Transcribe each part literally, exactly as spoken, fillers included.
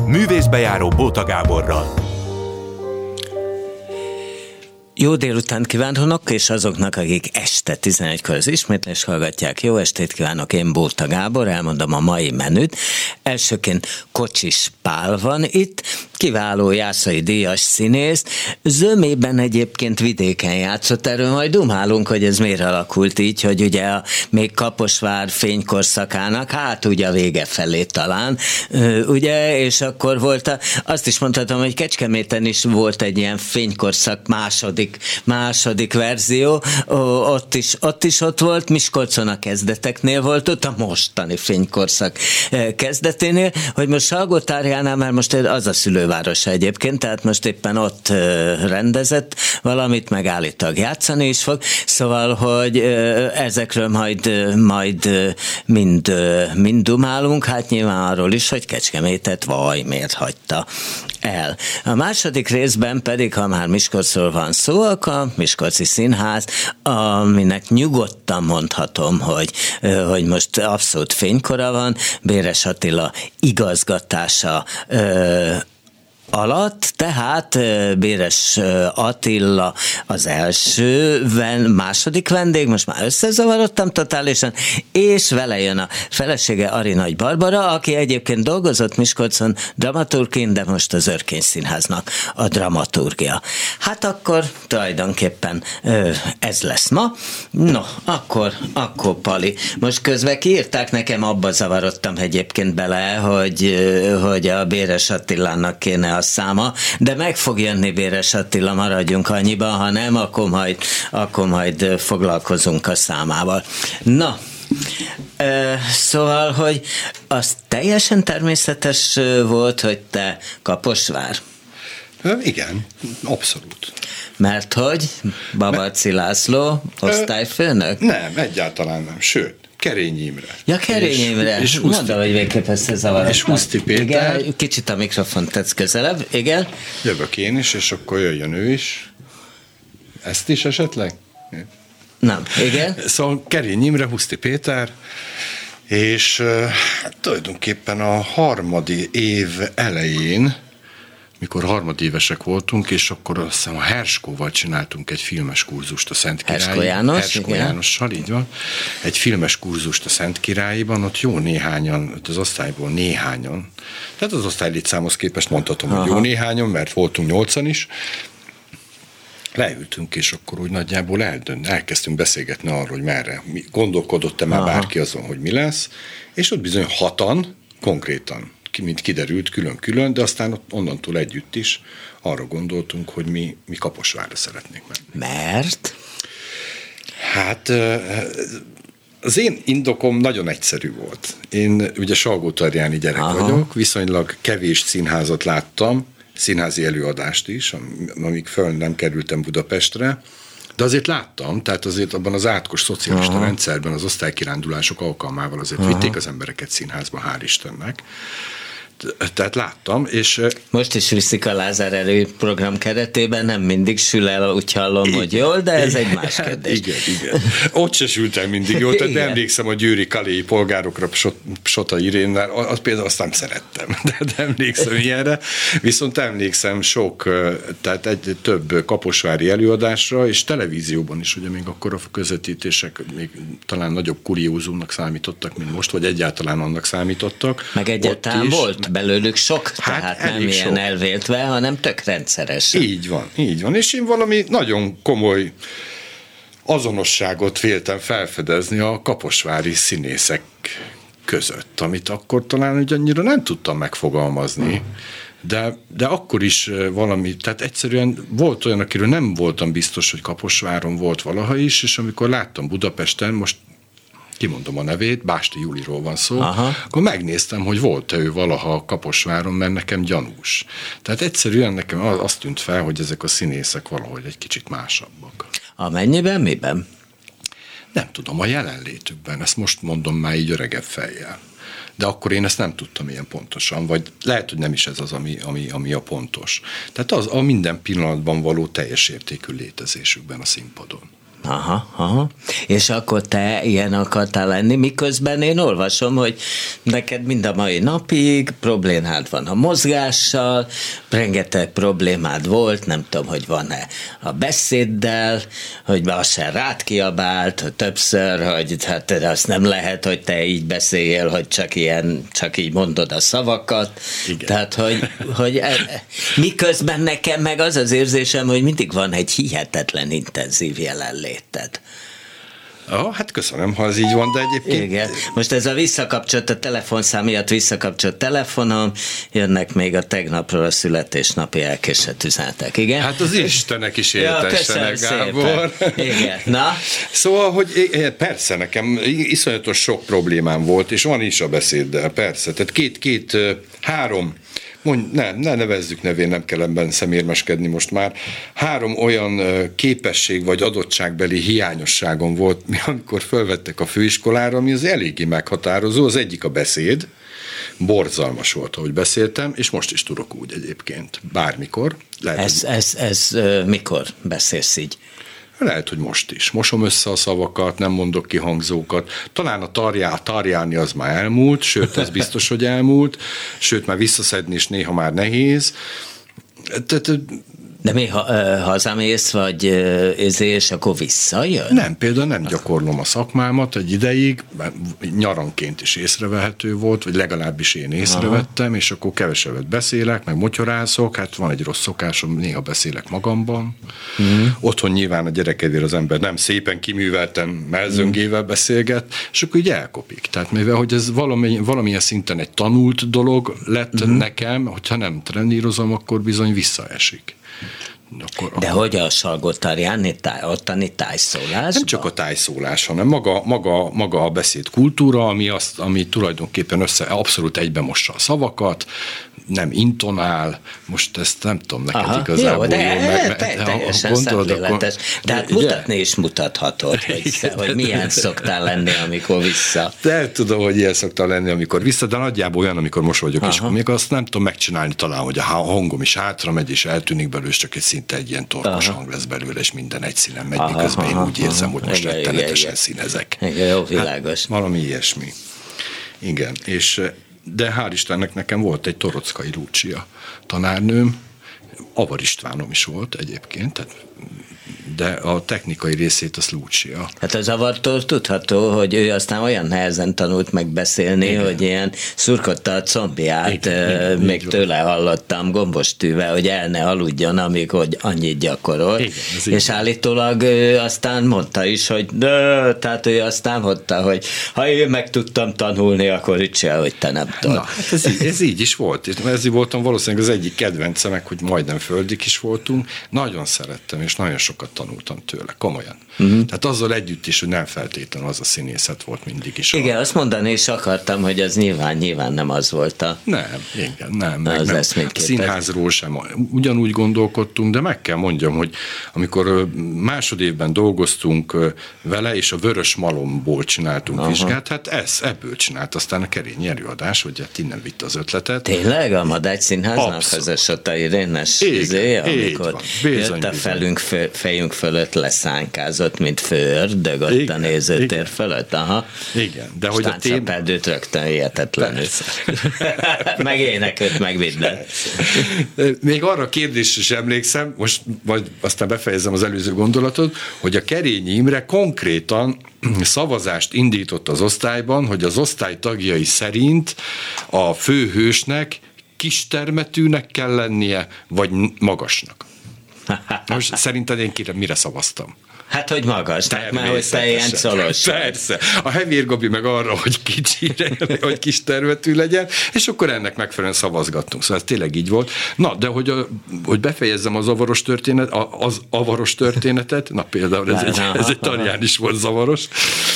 Művészbejáró Bóta Gáborral. Jó délután kívánok, és azoknak, akik este tizenegykor az ismétlést hallgatják, jó estét kívánok, én Bóta Gábor, elmondom a mai menüt. Elsőként Kocsis Pál van itt, kiváló jászai díjas színész, zömében egyébként vidéken játszott, erről majd dumálunk, hogy ez miért alakult így, hogy ugye a, még Kaposvár fénykorszakának, hát ugye a vége felé talán, ugye, és akkor volt, a, azt is mondhatom, hogy Kecskeméten is volt egy ilyen fénykorszak második, második verzió, ott is, ott is ott volt, Miskolcon a kezdeteknél volt, ott a mostani fénykorszak kezdeténél, hogy most Salgótarjánál, mert most az a szülővárosa egyébként, tehát most éppen ott rendezett valamit, meg állítólag játszani is fog, szóval, hogy ezekről majd, majd mind, mind dumálunk, hát nyilván arról is, hogy Kecskemétet vaj, miért hagyta el. A második részben pedig, ha már Miskolcról van szó, akkor a Miskolci Színház, aminek nyugodtan mondhatom, hogy, hogy most abszolút fénykora van, Béres Attila igazgatása alatt, tehát Béres Attila az első, második vendég, most már összezavarodtam totálisan, és vele jön a felesége Ari Nagy Barbara, aki egyébként dolgozott Miskolcon dramaturgként, de most az Örkény Színháznak a dramaturgia. Hát akkor tulajdonképpen ez lesz ma. No, akkor, akkor Pali. Most közben kiírták nekem, abba zavarodtam egyébként bele, hogy, hogy a Béres Attilának kéne a száma, de meg fog jönni Béres Attila, maradjunk annyiban, ha nem, akkor majd, akkor majd foglalkozunk a számával. Na, szóval, hogy az teljesen természetes volt, hogy te Kaposvár? Igen, abszolút. Mert hogy? Babarczy László, osztályfőnök? Nem, egyáltalán nem, sőt, Kerényi Imre. Ja, Kerényi Imre. És, és mondom, hogy végképp összezavarodtam. És Huszti Péter. Igen, kicsit a mikrofont tetsz közelebb, igen. Jövök én is, és akkor jöjjön ő is. Ezt is esetleg? Nem, igen. Szóval Kerényi Imre, Huszti Péter, és uh, tulajdonképpen a harmadi év elején, mikor harmadévesek voltunk, és akkor azt hiszem a Herskóval csináltunk egy filmes kurzust a Szentkirályi. Herskó János. Herskó Jánossal, így van. Egy filmes kurzust a Szentkirályiban, ott jó néhányan, ott az osztályból néhányan, tehát az osztálylétszámhoz képest mondhatom, hogy jó néhányan, mert voltunk nyolcan is, leültünk, és akkor úgy nagyjából eldönt, elkezdtünk beszélgetni arról, hogy merre, gondolkodott-e már Aha. bárki azon, hogy mi lesz, és ott bizony hatan, konkrétan, mint kiderült, külön-külön, de aztán ott onnantól együtt is arra gondoltunk, hogy mi, mi Kaposvárra szeretnénk menni. Mert? Hát az én indokom nagyon egyszerű volt. Én ugye salgótarjáni gyerek Aha. vagyok, viszonylag kevés színházat láttam, színházi előadást is, amíg föl nem kerültem Budapestre, de azért láttam, tehát azért abban az átkos szocialista Aha. rendszerben az osztálykirándulások alkalmával azért Aha. vitték az embereket színházba, hál' Istennek. Tehát láttam, és... Most is viszik a Lázár Erő program keretében, nem mindig sül el, úgy hallom, igen, hogy jól, de ez igen, egy más kérdés. Igen, igen. Ott se sült el mindig jól, tehát nem emlékszem a győri kaléi polgárokra Sota Irénnel, azt például azt nem szerettem, de, de emlékszem ilyenre, viszont emlékszem sok, tehát egy több kaposvári előadásra, és televízióban is, ugye még akkor a közvetítések még talán nagyobb kuriózumnak számítottak, mint most, vagy egyáltalán annak számítottak. Meg egyáltalán volt belőlük sok, hát tehát nem ilyen sok. elvéltve, hanem tök rendszeres. Így van, így van. És én valami nagyon komoly azonosságot véltem felfedezni a kaposvári színészek között, amit akkor talán ugye annyira nem tudtam megfogalmazni, de, de akkor is valami, tehát egyszerűen volt olyan, akiről nem voltam biztos, hogy Kaposváron volt valaha is, és amikor láttam Budapesten, most kimondom a nevét, Básti Juliról van szó, Aha. akkor megnéztem, hogy volt-e ő valaha Kaposváron, mert nekem gyanús. Tehát egyszerűen nekem azt tűnt fel, hogy ezek a színészek valahogy egy kicsit másabbak. Amennyiben, miben? Nem tudom, a jelenlétükben, ezt most mondom már így öregebb fejjel. De akkor én ezt nem tudtam ilyen pontosan, vagy lehet, hogy nem is ez az, ami, ami, ami a pontos. Tehát az a minden pillanatban való teljes értékű létezésükben a színpadon. Aha, aha. És akkor te ilyen akartál lenni, miközben én olvasom, hogy neked mind a mai napig problémád van a mozgással, rengeteg problémád volt, nem tudom, hogy van-e a beszéddel, hogy azt sem rád kiabált, hogy többször, hogy hát azt nem lehet, hogy te így beszéljél, hogy csak ilyen, csak így mondod a szavakat. Igen. Tehát, hogy, hogy miközben nekem meg az az érzésem, hogy mindig van egy hihetetlen intenzív jelenléted. Ah, hát köszönöm, ha ez így van, de egyébként... Igen. Most ez a visszakapcsolt, a telefonszám miatt visszakapcsolt telefonom, jönnek még a tegnapról a születésnapi elkésett üzenetek, igen? Hát az Istenek is éltessenek, ja, Gábor. Igen, na? Szóval, hogy persze, nekem iszonyatos sok problémám volt, és van is a beszéddel, persze. Tehát két, két, három... Mondj, ne, ne nevezzük nevén, nem kell ebben szemérmeskedni most már. Három olyan képesség vagy adottságbeli hiányosságom volt, amikor fölvettek a főiskolára, ami az eléggé meghatározó. Az egyik a beszéd, borzalmas volt, ahogy beszéltem, és most is tudok úgy egyébként, bármikor. Lehet, ez, hogy... ez, ez, ez mikor beszélsz így? Lehet, hogy most is. Mosom össze a szavakat, nem mondok ki hangzókat. Talán a tarjá, tarjálni az már elmúlt, sőt, ez biztos, hogy elmúlt, sőt, már visszaszedni is néha már nehéz. Tehát... De mi ha, hazamész, vagy és akkor visszajön? Nem, például nem gyakorlom a szakmámat egy ideig, nyaranként is észrevehető volt, vagy legalábbis én észrevettem, aha, és akkor kevesebbet beszélek, meg motyorászok, hát van egy rossz szokásom, néha beszélek magamban. Mm. Otthon nyilván a gyerekedvér az ember nem szépen kiművelten melzöngével beszélget, és akkor így elkopik. Tehát mivel, hogy ez valami, valamilyen szinten egy tanult dolog lett mm. nekem, hogyha nem trenírozom, akkor bizony visszaesik. Akkor, De akkor... hogy a Salgótarjáni táj, ottani tájszólásban? Nem csak a tájszólás, hanem maga, maga, maga a beszédkultúra, ami, azt, ami tulajdonképpen össze, abszolút egybemossa a szavakat, nem intonál, most ezt nem tudom neked aha, igazából. Jó, de jól meg, te, teljesen szemléletes. De hát mutatni is mutathatod, hogy, hogy milyen szoktál lenni, amikor vissza. De tudom, hogy ilyen szoktál lenni, amikor vissza, de nagyjából olyan, amikor most vagyok, aha, és akkor még azt nem tudom megcsinálni talán, hogy a hangom is hátra megy, és eltűnik belőle, és csak egy szinte egy ilyen torkos hang lesz belőle, és minden egy színen megy, aha, miközben aha, én úgy érzem, aha, hogy most rettenetesen színezek. Igen, jó, világos. Hát, valami ilyesmi. Igen, és de hál' Istennek nekem volt egy Torockai Lúcia tanárnőm, Avar Istvánom is volt egyébként, tehát, de a technikai részét az Lúcia. Hát az Avartól tudható, hogy ő aztán olyan nehezen tanult meg beszélni, igen, hogy ilyen szurkotta a combját, igen, igen, még tőle hallottam gombostűvel, hogy el ne aludjon, amíg hogy annyit gyakorol. Igen, és állítólag ő aztán mondta is, hogy de, tehát ő aztán mondta, hogy ha én meg tudtam tanulni, akkor itt se, hogy te nem tudod. Na, hát ez, így, ez így is volt. Ezért voltam valószínűleg az egyik kedvencemek, hogy majdnem földik is voltunk. Nagyon szerettem, és nagyon sokat tanultam tőle, komolyan. Uh-huh. Tehát azzal együtt is, hogy nem feltétlenül az a színészet volt mindig is. Igen, a... azt mondani is akartam, hogy az nyilván, nyilván nem az volt a... Nem, igen, nem. Meg nem. A színházról sem ugyanúgy gondolkodtunk, de meg kell mondjam, hogy amikor másodévben dolgoztunk vele, és a Vörös Malomból csináltunk aha, vizsgát, hát ez, ebből csinált aztán a Kerényi előadás, hogy hát innen vitt az ötletet. Tényleg? A Madács Színháznak az a Sota Irénes izé, amikor jött a felünk, fő, fejünk fölött leszánkázott, mint főördög ott igen, a nézőtér igen, fölött. Aha. Igen, de hogy a tém... Stáncaperdőt rögtön hihetetlenül. Meg éneköt, meg minden. Még arra a kérdésre is emlékszem, most majd aztán befejezem az előző gondolatot, hogy a Kerényi Imre konkrétan szavazást indított az osztályban, hogy az osztály tagjai szerint a főhősnek kistermetűnek kell lennie, vagy magasnak. Most szerinted én kire, mire szavaztam? Hát, hogy magas, tehát már, hogy te ilyen szolos. Persze. A Hevér Gabi meg arra, hogy kicsire, hogy kis termetű legyen, és akkor ennek megfelelően szavazgattunk. Szóval ez tényleg így volt. Na, de hogy, a, hogy befejezzem az avaros, történet, az avaros történetet, na például ez egy, ez egy Tarján is volt zavaros,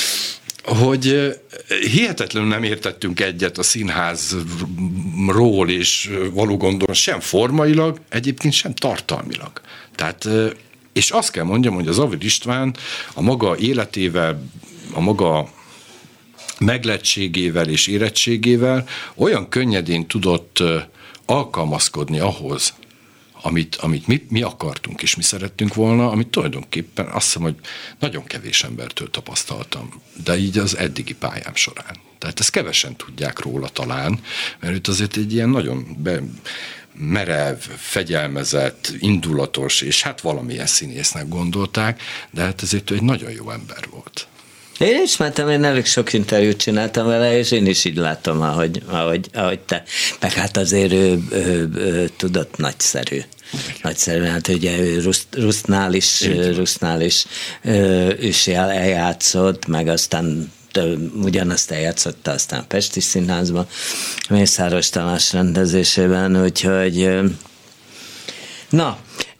hogy hihetetlenül nem értettünk egyet a színházról, és való gondolom sem formailag, egyébként sem tartalmilag. Tehát és azt kell mondjam, hogy az Avar István a maga életével, a maga meglettségével és érettségével olyan könnyedén tudott alkalmazkodni ahhoz, amit, amit mi, mi akartunk és mi szerettünk volna, amit tulajdonképpen azt hiszem, hogy nagyon kevés embertől tapasztaltam, de így az eddigi pályám során. Tehát ezt kevesen tudják róla talán, mert itt azért egy ilyen nagyon be, merev, fegyelmezett, indulatos, és hát valamilyen színésznek gondolták, de hát ezért ő egy nagyon jó ember volt. Én ismertem, én elég sok interjút csináltam vele, és én is így látom, ahogy, ahogy, ahogy te. Meg hát azért ő, ő, ő, ő tudott nagyszerű. Nagyszerű, hát ugye ő Rusznál is, Rusznál is ő is eljátszott, meg aztán ugyanazt eljátszotta aztán a Pesti Színházban, Mészáros Tamás rendezésében, úgyhogy na,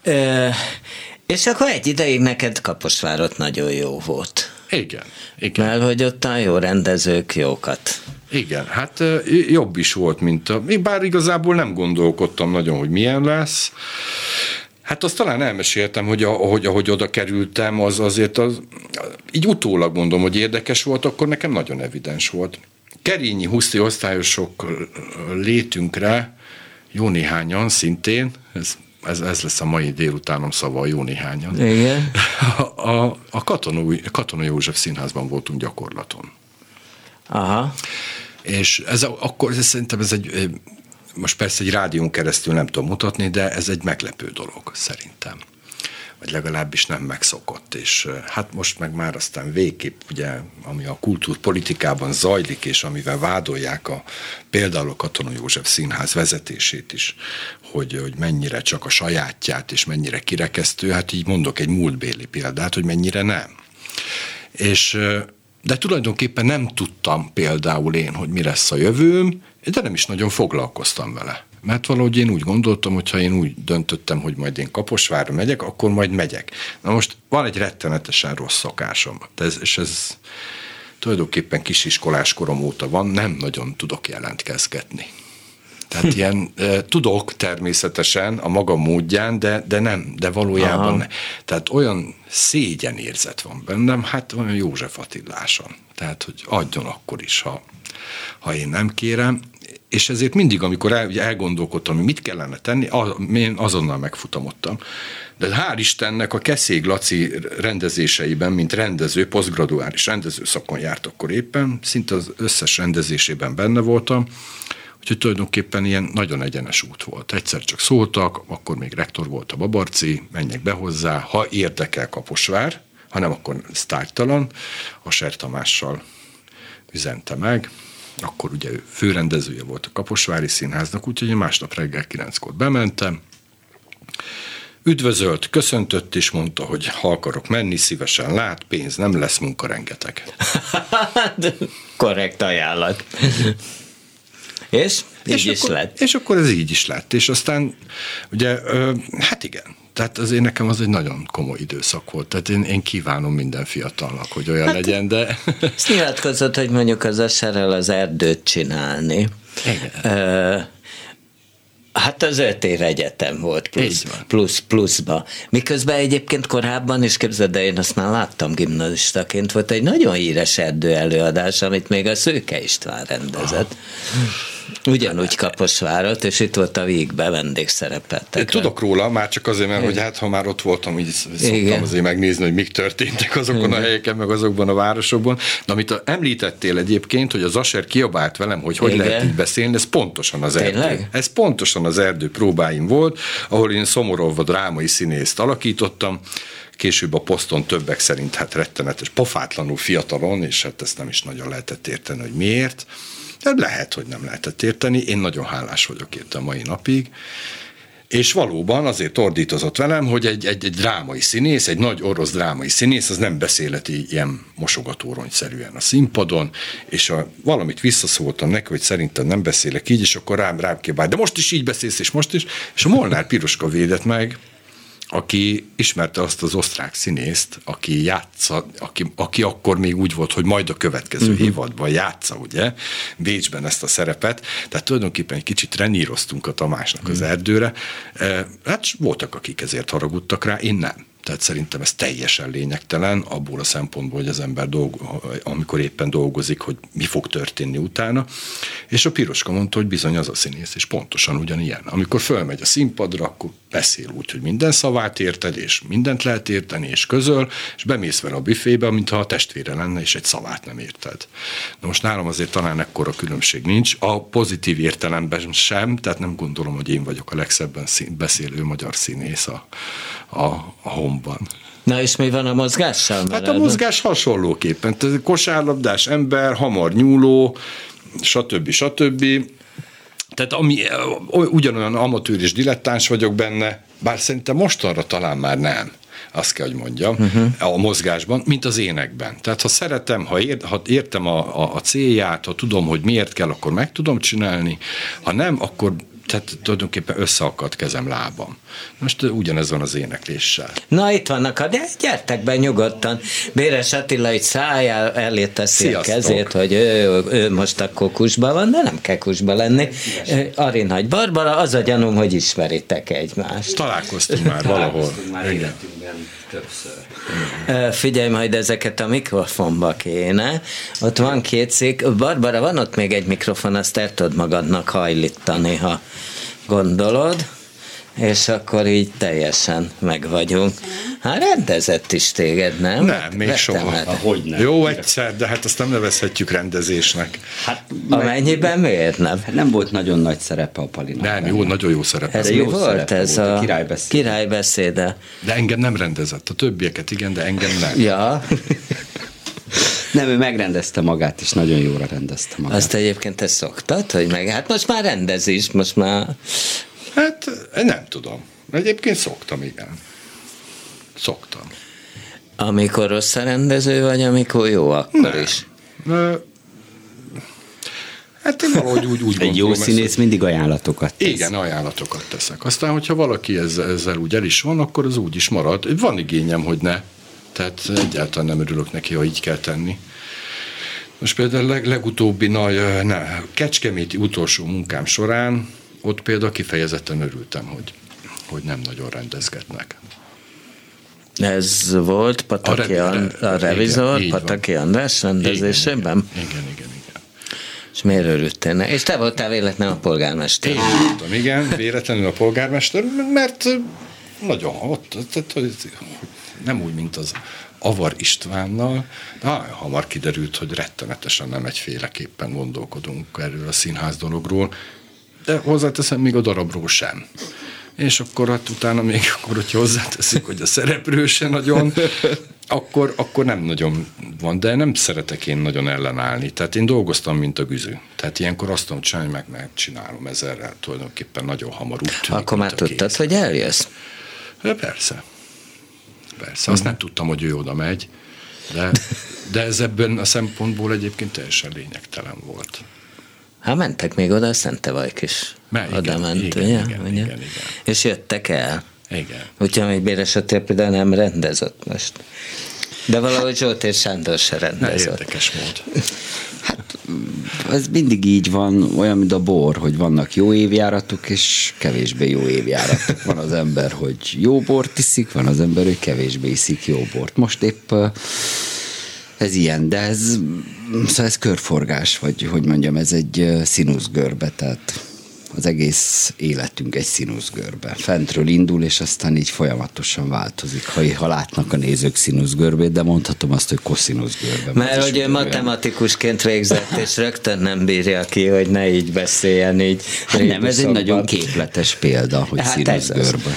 és akkor egy ideig neked Kaposvárott nagyon jó volt. Igen, igen. Mert hogy ott a jó rendezők jókat. Igen, hát jobb is volt, mint a... Bár igazából nem gondolkodtam nagyon, hogy milyen lesz. Hát azt talán elmeséltem, hogy ahogy, ahogy oda kerültem, az azért az, így utólag mondom, hogy érdekes volt, akkor nekem nagyon evidens volt. Kerényi huszti osztályosok létünkre jó néhányan szintén, ez, ez, ez lesz a mai délutánom szava, jó néhányan. Igen. A, a, a Katona, Katona József Színházban voltunk gyakorlaton. Aha. És ez akkor ez, szerintem ez egy... Most persze egy rádión keresztül nem tudom mutatni, de ez egy meglepő dolog szerintem. Vagy legalábbis nem megszokott. És hát most meg már aztán végképp, ugye, ami a kultúrpolitikában zajlik, és amivel vádolják a, például a Katona József Színház vezetését is, hogy, hogy mennyire csak a sajátját, és mennyire kirekesztő, hát így mondok egy múltbéli példát, hogy mennyire nem. És... De tulajdonképpen nem tudtam például én, hogy mi lesz a jövőm, de nem is nagyon foglalkoztam vele. Mert valahogy én úgy gondoltam, hogy ha én úgy döntöttem, hogy majd én Kaposvárra megyek, akkor majd megyek. Na most van egy rettenetesen rossz szokásom, ez, és ez tulajdonképpen kisiskolás korom óta van, nem nagyon tudok jelentkezgetni. Tehát ilyen, e, tudok természetesen a maga módján, de, de nem, de valójában ne. Tehát olyan szégyenérzet van bennem, hát olyan József Attiláson. Tehát, hogy adjon akkor is, ha, ha én nem kérem. És ezért mindig, amikor el, ugye elgondolkodtam, hogy mit kellene tenni, az, én azonnal megfutamodtam. De hál' Istennek a Keszég Laci rendezéseiben, mint rendező, posztgraduális rendező szakon járt akkor éppen, szinte az összes rendezésében benne voltam, úgyhogy tulajdonképpen ilyen nagyon egyenes út volt. Egyszer csak szóltak, akkor még rektor volt a Babarci, menjek be hozzá, ha érdekel Kaposvár, ha nem, akkor sztártalan. A Ser Tamással üzente meg, akkor ugye ő főrendezője volt a Kaposvári Színháznak, úgyhogy én másnap reggel kilenckor bementem, üdvözölt, köszöntött, és mondta, hogy ha akarok menni, szívesen lát, pénz nem lesz, munka rengeteg. Korrekt ajánlat. És? Így és is akkor, lett. És akkor ez így is lett. És aztán, ugye, ö, hát igen, tehát azért nekem az egy nagyon komoly időszak volt. Tehát én, én kívánom minden fiatalnak, hogy olyan hát, legyen, de... Ezt nyilatkozott, hogy mondjuk az Eserrel az erdőt csinálni. Igen. Ö, hát az öt év egyetem volt plusz, plusz, pluszba. Miközben egyébként korábban is, képzeld, de én azt már láttam gimnazistaként, volt egy nagyon híres erdő előadás, amit még a Szőke István rendezett. Ah. Ugyanúgy Kaposvárot, és itt volt a Vígbe, vendégszerepeltek. Tudok róla, már csak azért, mert hogy hát, ha már ott voltam, így szoktam Igen. azért megnézni, hogy mik történtek azokon Igen. a helyeken, meg azokban a városokban. De amit említettél egyébként, hogy az Aser kiabált velem, hogy hogy Igen. lehet így beszélni, ez pontosan az Tényleg? erdő. Ez pontosan az erdő próbáim volt, ahol én Szomorolva drámai színészt alakítottam, később a Poszton többek szerint hát rettenetes, pofátlanul fiatalon, és hát ezt nem is nagyon lehetett érteni, hogy miért. De lehet, hogy nem lehetett érteni. Én nagyon hálás vagyok érte a mai napig. És valóban azért ordítozott velem, hogy egy, egy, egy drámai színész, egy nagy orosz drámai színész, az nem beszéleti ilyen mosogatóronyszerűen a színpadon, és a, valamit visszaszóltam neki, hogy szerintem nem beszélek így, és akkor rám, rám kibált, de most is így beszélsz, és most is, és a Molnár Piroska védett meg, aki ismerte azt az osztrák színészt, aki játsza, aki, aki akkor még úgy volt, hogy majd a következő uh-huh. évadban játsza, ugye, Bécsben ezt a szerepet, tehát tulajdonképpen egy kicsit treníroztunk a Tamásnak uh-huh. az erdőre, hát voltak, akik ezért haragudtak rá, én nem. Tehát szerintem ez teljesen lényegtelen, abból a szempontból, hogy az ember dolgo, amikor éppen dolgozik, hogy mi fog történni utána. És a Piroska mondta, hogy bizony az a színész, és pontosan ugyanilyen. Amikor fölmegy a színpadra, akkor beszél úgy, hogy minden szavát érted, és mindent lehet érteni, és közöl, és bemész vele a büfébe, mintha a testvére lenne, és egy szavát nem érted. Na most nálam azért talán ekkora különbség nincs, a pozitív értelemben sem, tehát nem gondolom, hogy én vagyok a legszebben beszélő magyar színész a, a, a Homban. Na és mi van a mozgással? Hát a mozgás hasonlóképpen. Kosárlabdás ember, hamar nyúló, stb. stb. Tehát ami, ugyanolyan amatőr és dilettáns vagyok benne, bár szerintem mostanra talán már nem, azt kell, hogy mondjam, uh-huh. a mozgásban, mint az énekben. Tehát ha szeretem, ha, ér, ha értem a, a, a célját, ha tudom, hogy miért kell, akkor meg tudom csinálni, ha nem, akkor tehát tulajdonképpen összeakadt kezem, lábam. Most ugyanez van az énekléssel. Na itt vannak, a, de gyertek be nyugodtan. Béres Attila itt szájjal elé teszi Sziasztok. A kezét, hogy ő, ő most akkor kusba van, de nem kell kusba lenni. Arinhagy Barbara, az a gyanúm, hogy ismeritek egymást. Találkoztunk már valahol. Már életünkben többször. Figyelj majd ezeket a mikrofonba kéne. Ott van két szék. Barbara, van ott még egy mikrofon, azt el tudod magadnak hajlítani, ha gondolod, és akkor így teljesen meg vagyunk. Hát rendezett is téged, nem? Nem, még Vettem soha. Hát. Hogy nem? Jó egyszer, de hát azt nem nevezhetjük rendezésnek. Hát, amennyiben miért nem? Nem volt nagyon nagy szerepe a Palinak. Nem, jó, nagyon jó szerepe. Ez jó volt, ez volt, a, a királybeszéde. királybeszéde. De engem nem rendezett, a többieket igen, de engem nem. Ja. Nem, ő megrendezte magát, és nagyon jóra rendezte magát. Azt egyébként te szoktad, hogy meg, hát most már rendez is, most már... Hát nem tudom. Egyébként szoktam, igen. Szoktam. Amikor rossz a rendező vagy, amikor jó, akkor nem. is. Ö, hát én valahogy úgy, úgy Egy jó színész ezt, mindig ajánlatokat tesz. Igen, ajánlatokat teszek. Aztán, hogyha valaki ezzel, ezzel úgy el is van, akkor az úgy is marad. Van igényem, hogy ne. Tehát egyáltalán nem örülök neki, ha így kell tenni. Most például leg, legutóbbi nagy, ne, kecskeméti utolsó munkám során, ott például kifejezetten örültem, hogy, hogy nem nagyon rendezgetnek. Ez volt Pataki a, revi, a revizor, igen, Pataki András rendezésében? Igen, igen, igen, igen. És miért örültél? És te voltál véletlenül a polgármester? Én voltam, igen, véletlenül a polgármester, mert nagyon ott, nem úgy, mint az Avar Istvánnal, de hamar kiderült, hogy rettenetesen nem egyféleképpen gondolkodunk erről a színház dologról, de hozzáteszem, még a darabról sem. És akkor hát utána még, akkor, hogyha hozzáteszik, hogy a szereplő se nagyon, akkor, akkor nem nagyon van, de nem szeretek én nagyon ellenállni. Tehát én dolgoztam, mint a güzű. Tehát ilyenkor azt tudom csinálni, meg megcsinálom ezerrel tulajdonképpen nagyon hamar úgy tűnik. Akkor már tudtad, hogy eljössz? Persze. Persze. Azt nem tudtam, hogy ő oda megy, de, de ez ebben a szempontból egyébként teljesen lényegtelen volt. Hát mentek még oda, a Szentevajk is. Már oda igen, ment, igen, ugye? igen, igen, igen. És jöttek el. Igen. Úgyhogy még Béres Attila például nem rendezett most. De valahogy Zsolt és Sándor se rendezett. Ne, érdekes mód. Hát ez mindig így van, olyan, mint a bor, hogy vannak jó évjáratok, és kevésbé jó évjáratok. Van az ember, hogy jó bort iszik, van az ember, hogy kevésbé iszik jó bort. Most épp ez ilyen, de ez, szóval ez körforgás, vagy hogy mondjam, ez egy színuszgörbe, tehát az egész életünk egy színuszgörbe. Fentről indul, és aztán így folyamatosan változik. Ha, ha látnak a nézők színuszgörbét, de mondhatom azt, hogy koszinuszgörbe. Mert hogy ő matematikusként végzett, és rögtön nem bírja ki, hogy ne így beszéljen így. Hát nem, ez egy nagyon képletes példa, hogy hát színuszgörbe.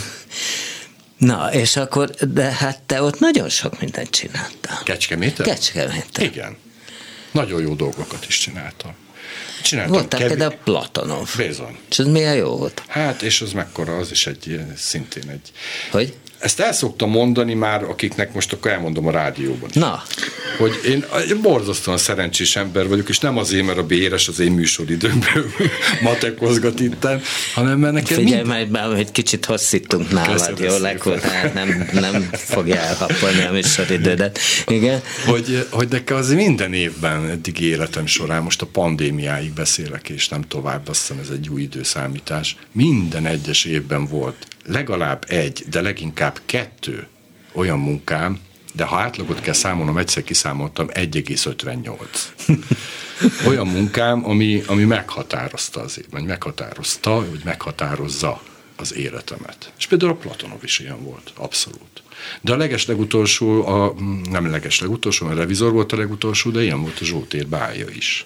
Na, és akkor, de hát te ott nagyon sok mindent csináltál. Kecskeméten? Kecskeméten. Igen. Nagyon jó dolgokat is csináltam. Csináltam voltál kevés... például Platonov. Bizony. És ez milyen jó volt? Hát, és az mekkora, az is egy, szintén egy... Hogy? Ezt el szoktam mondani már, akiknek most akkor elmondom a rádióban is. Na. Hogy én borzasztóan szerencsés ember vagyok, és nem azért, mert a Béres az én műsoridőmből matekozgat itten, hanem mert nekem Figyelj, mind... majd egy kicsit hosszítunk nálad, jó? Lekor, tehát nem, nem fogja elhappolni a műsoridődet. Igen? Hogy, hogy nekem az minden évben eddig életem során, most a pandémiáig beszélek, és nem tovább, azt hiszem ez egy új időszámítás, minden egyes évben volt legalább egy, de leginkább kettő olyan munkám, de ha átlagot kell számolnom, egyszer kiszámoltam egy egész ötvennyolc. Olyan munkám, ami, ami meghatározta azért, vagy meghatározta, vagy meghatározza az életemet. És például a Platonov is ilyen volt, abszolút. De a legeslegutolsó, a, nem legeslegutolsó, a revizor volt a legutolsó, de ilyen volt a Zsótér bája is.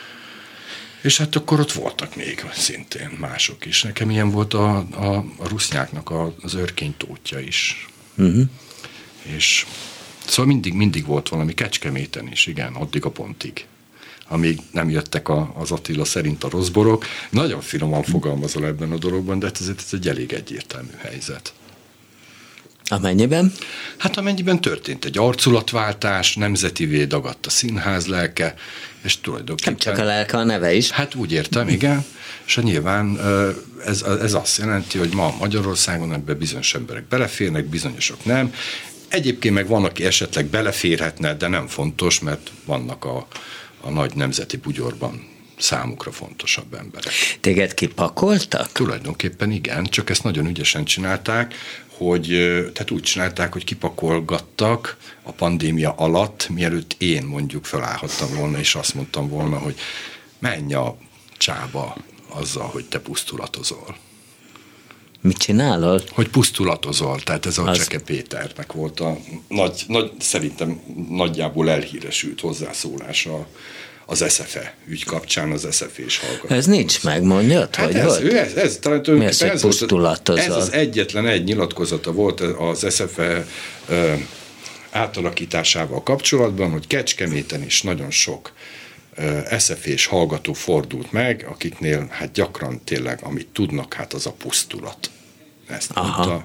És hát akkor ott voltak még szintén mások is. Nekem ilyen volt a, a, a rusznyáknak a, az Örkény tótja is. Uh-huh. És szóval mindig, mindig volt valami, Kecskeméten is, igen, addig a pontig. Amíg nem jöttek a, az Attila szerint a rosszborok. Nagyon finoman fogalmazol ebben a dologban, de ezért ez egy elég egyértelmű helyzet. Amennyiben? Hát amennyiben történt egy arculatváltás, nemzetivé dagadt a színház lelke, és tulajdonképpen... Nem csak a lelke, a neve is. Hát úgy értem, igen. És nyilván ez, ez azt jelenti, hogy ma Magyarországon ebben bizonyos emberek beleférnek, bizonyosok nem. Egyébként meg van, aki esetleg beleférhetne, de nem fontos, mert vannak a, a nagy nemzeti bugyorban számukra fontosabb emberek. Téged kipakoltak? Tulajdonképpen igen, csak ezt nagyon ügyesen csinálták, hogy, tehát úgy csinálták, hogy kipakolgattak a pandémia alatt, mielőtt én mondjuk felállhattam volna, és azt mondtam volna, hogy menj a csába azzal, hogy te pusztulatozol. Mit csinálod? Hogy pusztulatozol, tehát ez a az... Cseke Péternek volt a nagy, nagy, szerintem nagyjából elhíresült hozzászólása az es ef e ügy kapcsán, az es ef és hallgató. Ez nincs meg, mondjad, hát hogy ez, volt? Ő ez, ez, talán Mi az, hogy ez, pusztulatozol? Ez az egyetlen egy nyilatkozata volt az es ef e ö, átalakításával kapcsolatban, hogy Kecskeméten is nagyon sok ö, es ef és hallgató fordult meg, akiknél hát gyakran tényleg, amit tudnak, hát az a pusztulat. Ezt Aha. mondta.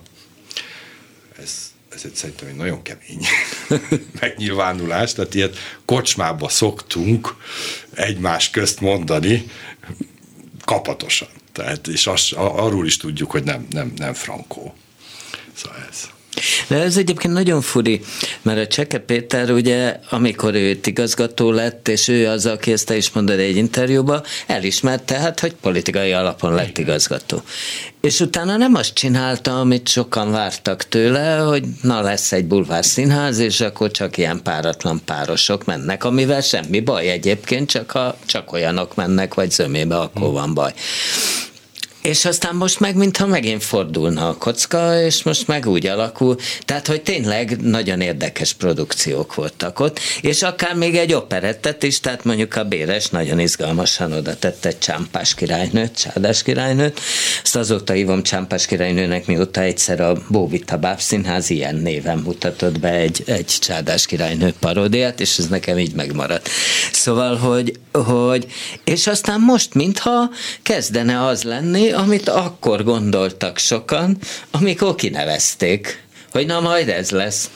Ez ez egy szerintem egy nagyon kemény megnyilvánulás, tehát ilyet kocsmába szoktunk egymás közt mondani kapatosan. Tehát, és az, arról is tudjuk, hogy nem, nem, nem frankó. Szóval ez. De ez egyébként nagyon furi, mert a Cseke Péter ugye, amikor ő igazgató lett, és ő az, aki ezt is mondod egy interjúban, elismerte hát, hogy politikai alapon lett igazgató. És utána nem azt csinálta, amit sokan vártak tőle, hogy na lesz egy bulvár színház, és akkor csak ilyen páratlan párosok mennek, amivel semmi baj egyébként, csak, ha, csak olyanok mennek, vagy zömébe, akkor van baj. És aztán most meg, mintha megint fordulna a kocka, és most meg úgy alakul. Tehát, hogy tényleg nagyon érdekes produkciók voltak ott, és akár még egy operettet is, tehát mondjuk a Béres nagyon izgalmasan oda tett egy Csámpás királynőt, Csádás királynőt. Ezt azóta hívom Csámpás királynőnek, mióta egyszer a Bóvita Bábszínház ilyen néven mutatott be egy, egy Csádás királynő paródiát, és ez nekem így megmaradt. Szóval, hogy, hogy és aztán most, mintha kezdene az lenni, amit akkor gondoltak sokan, amikor kinevezték, hogy na majd ez lesz.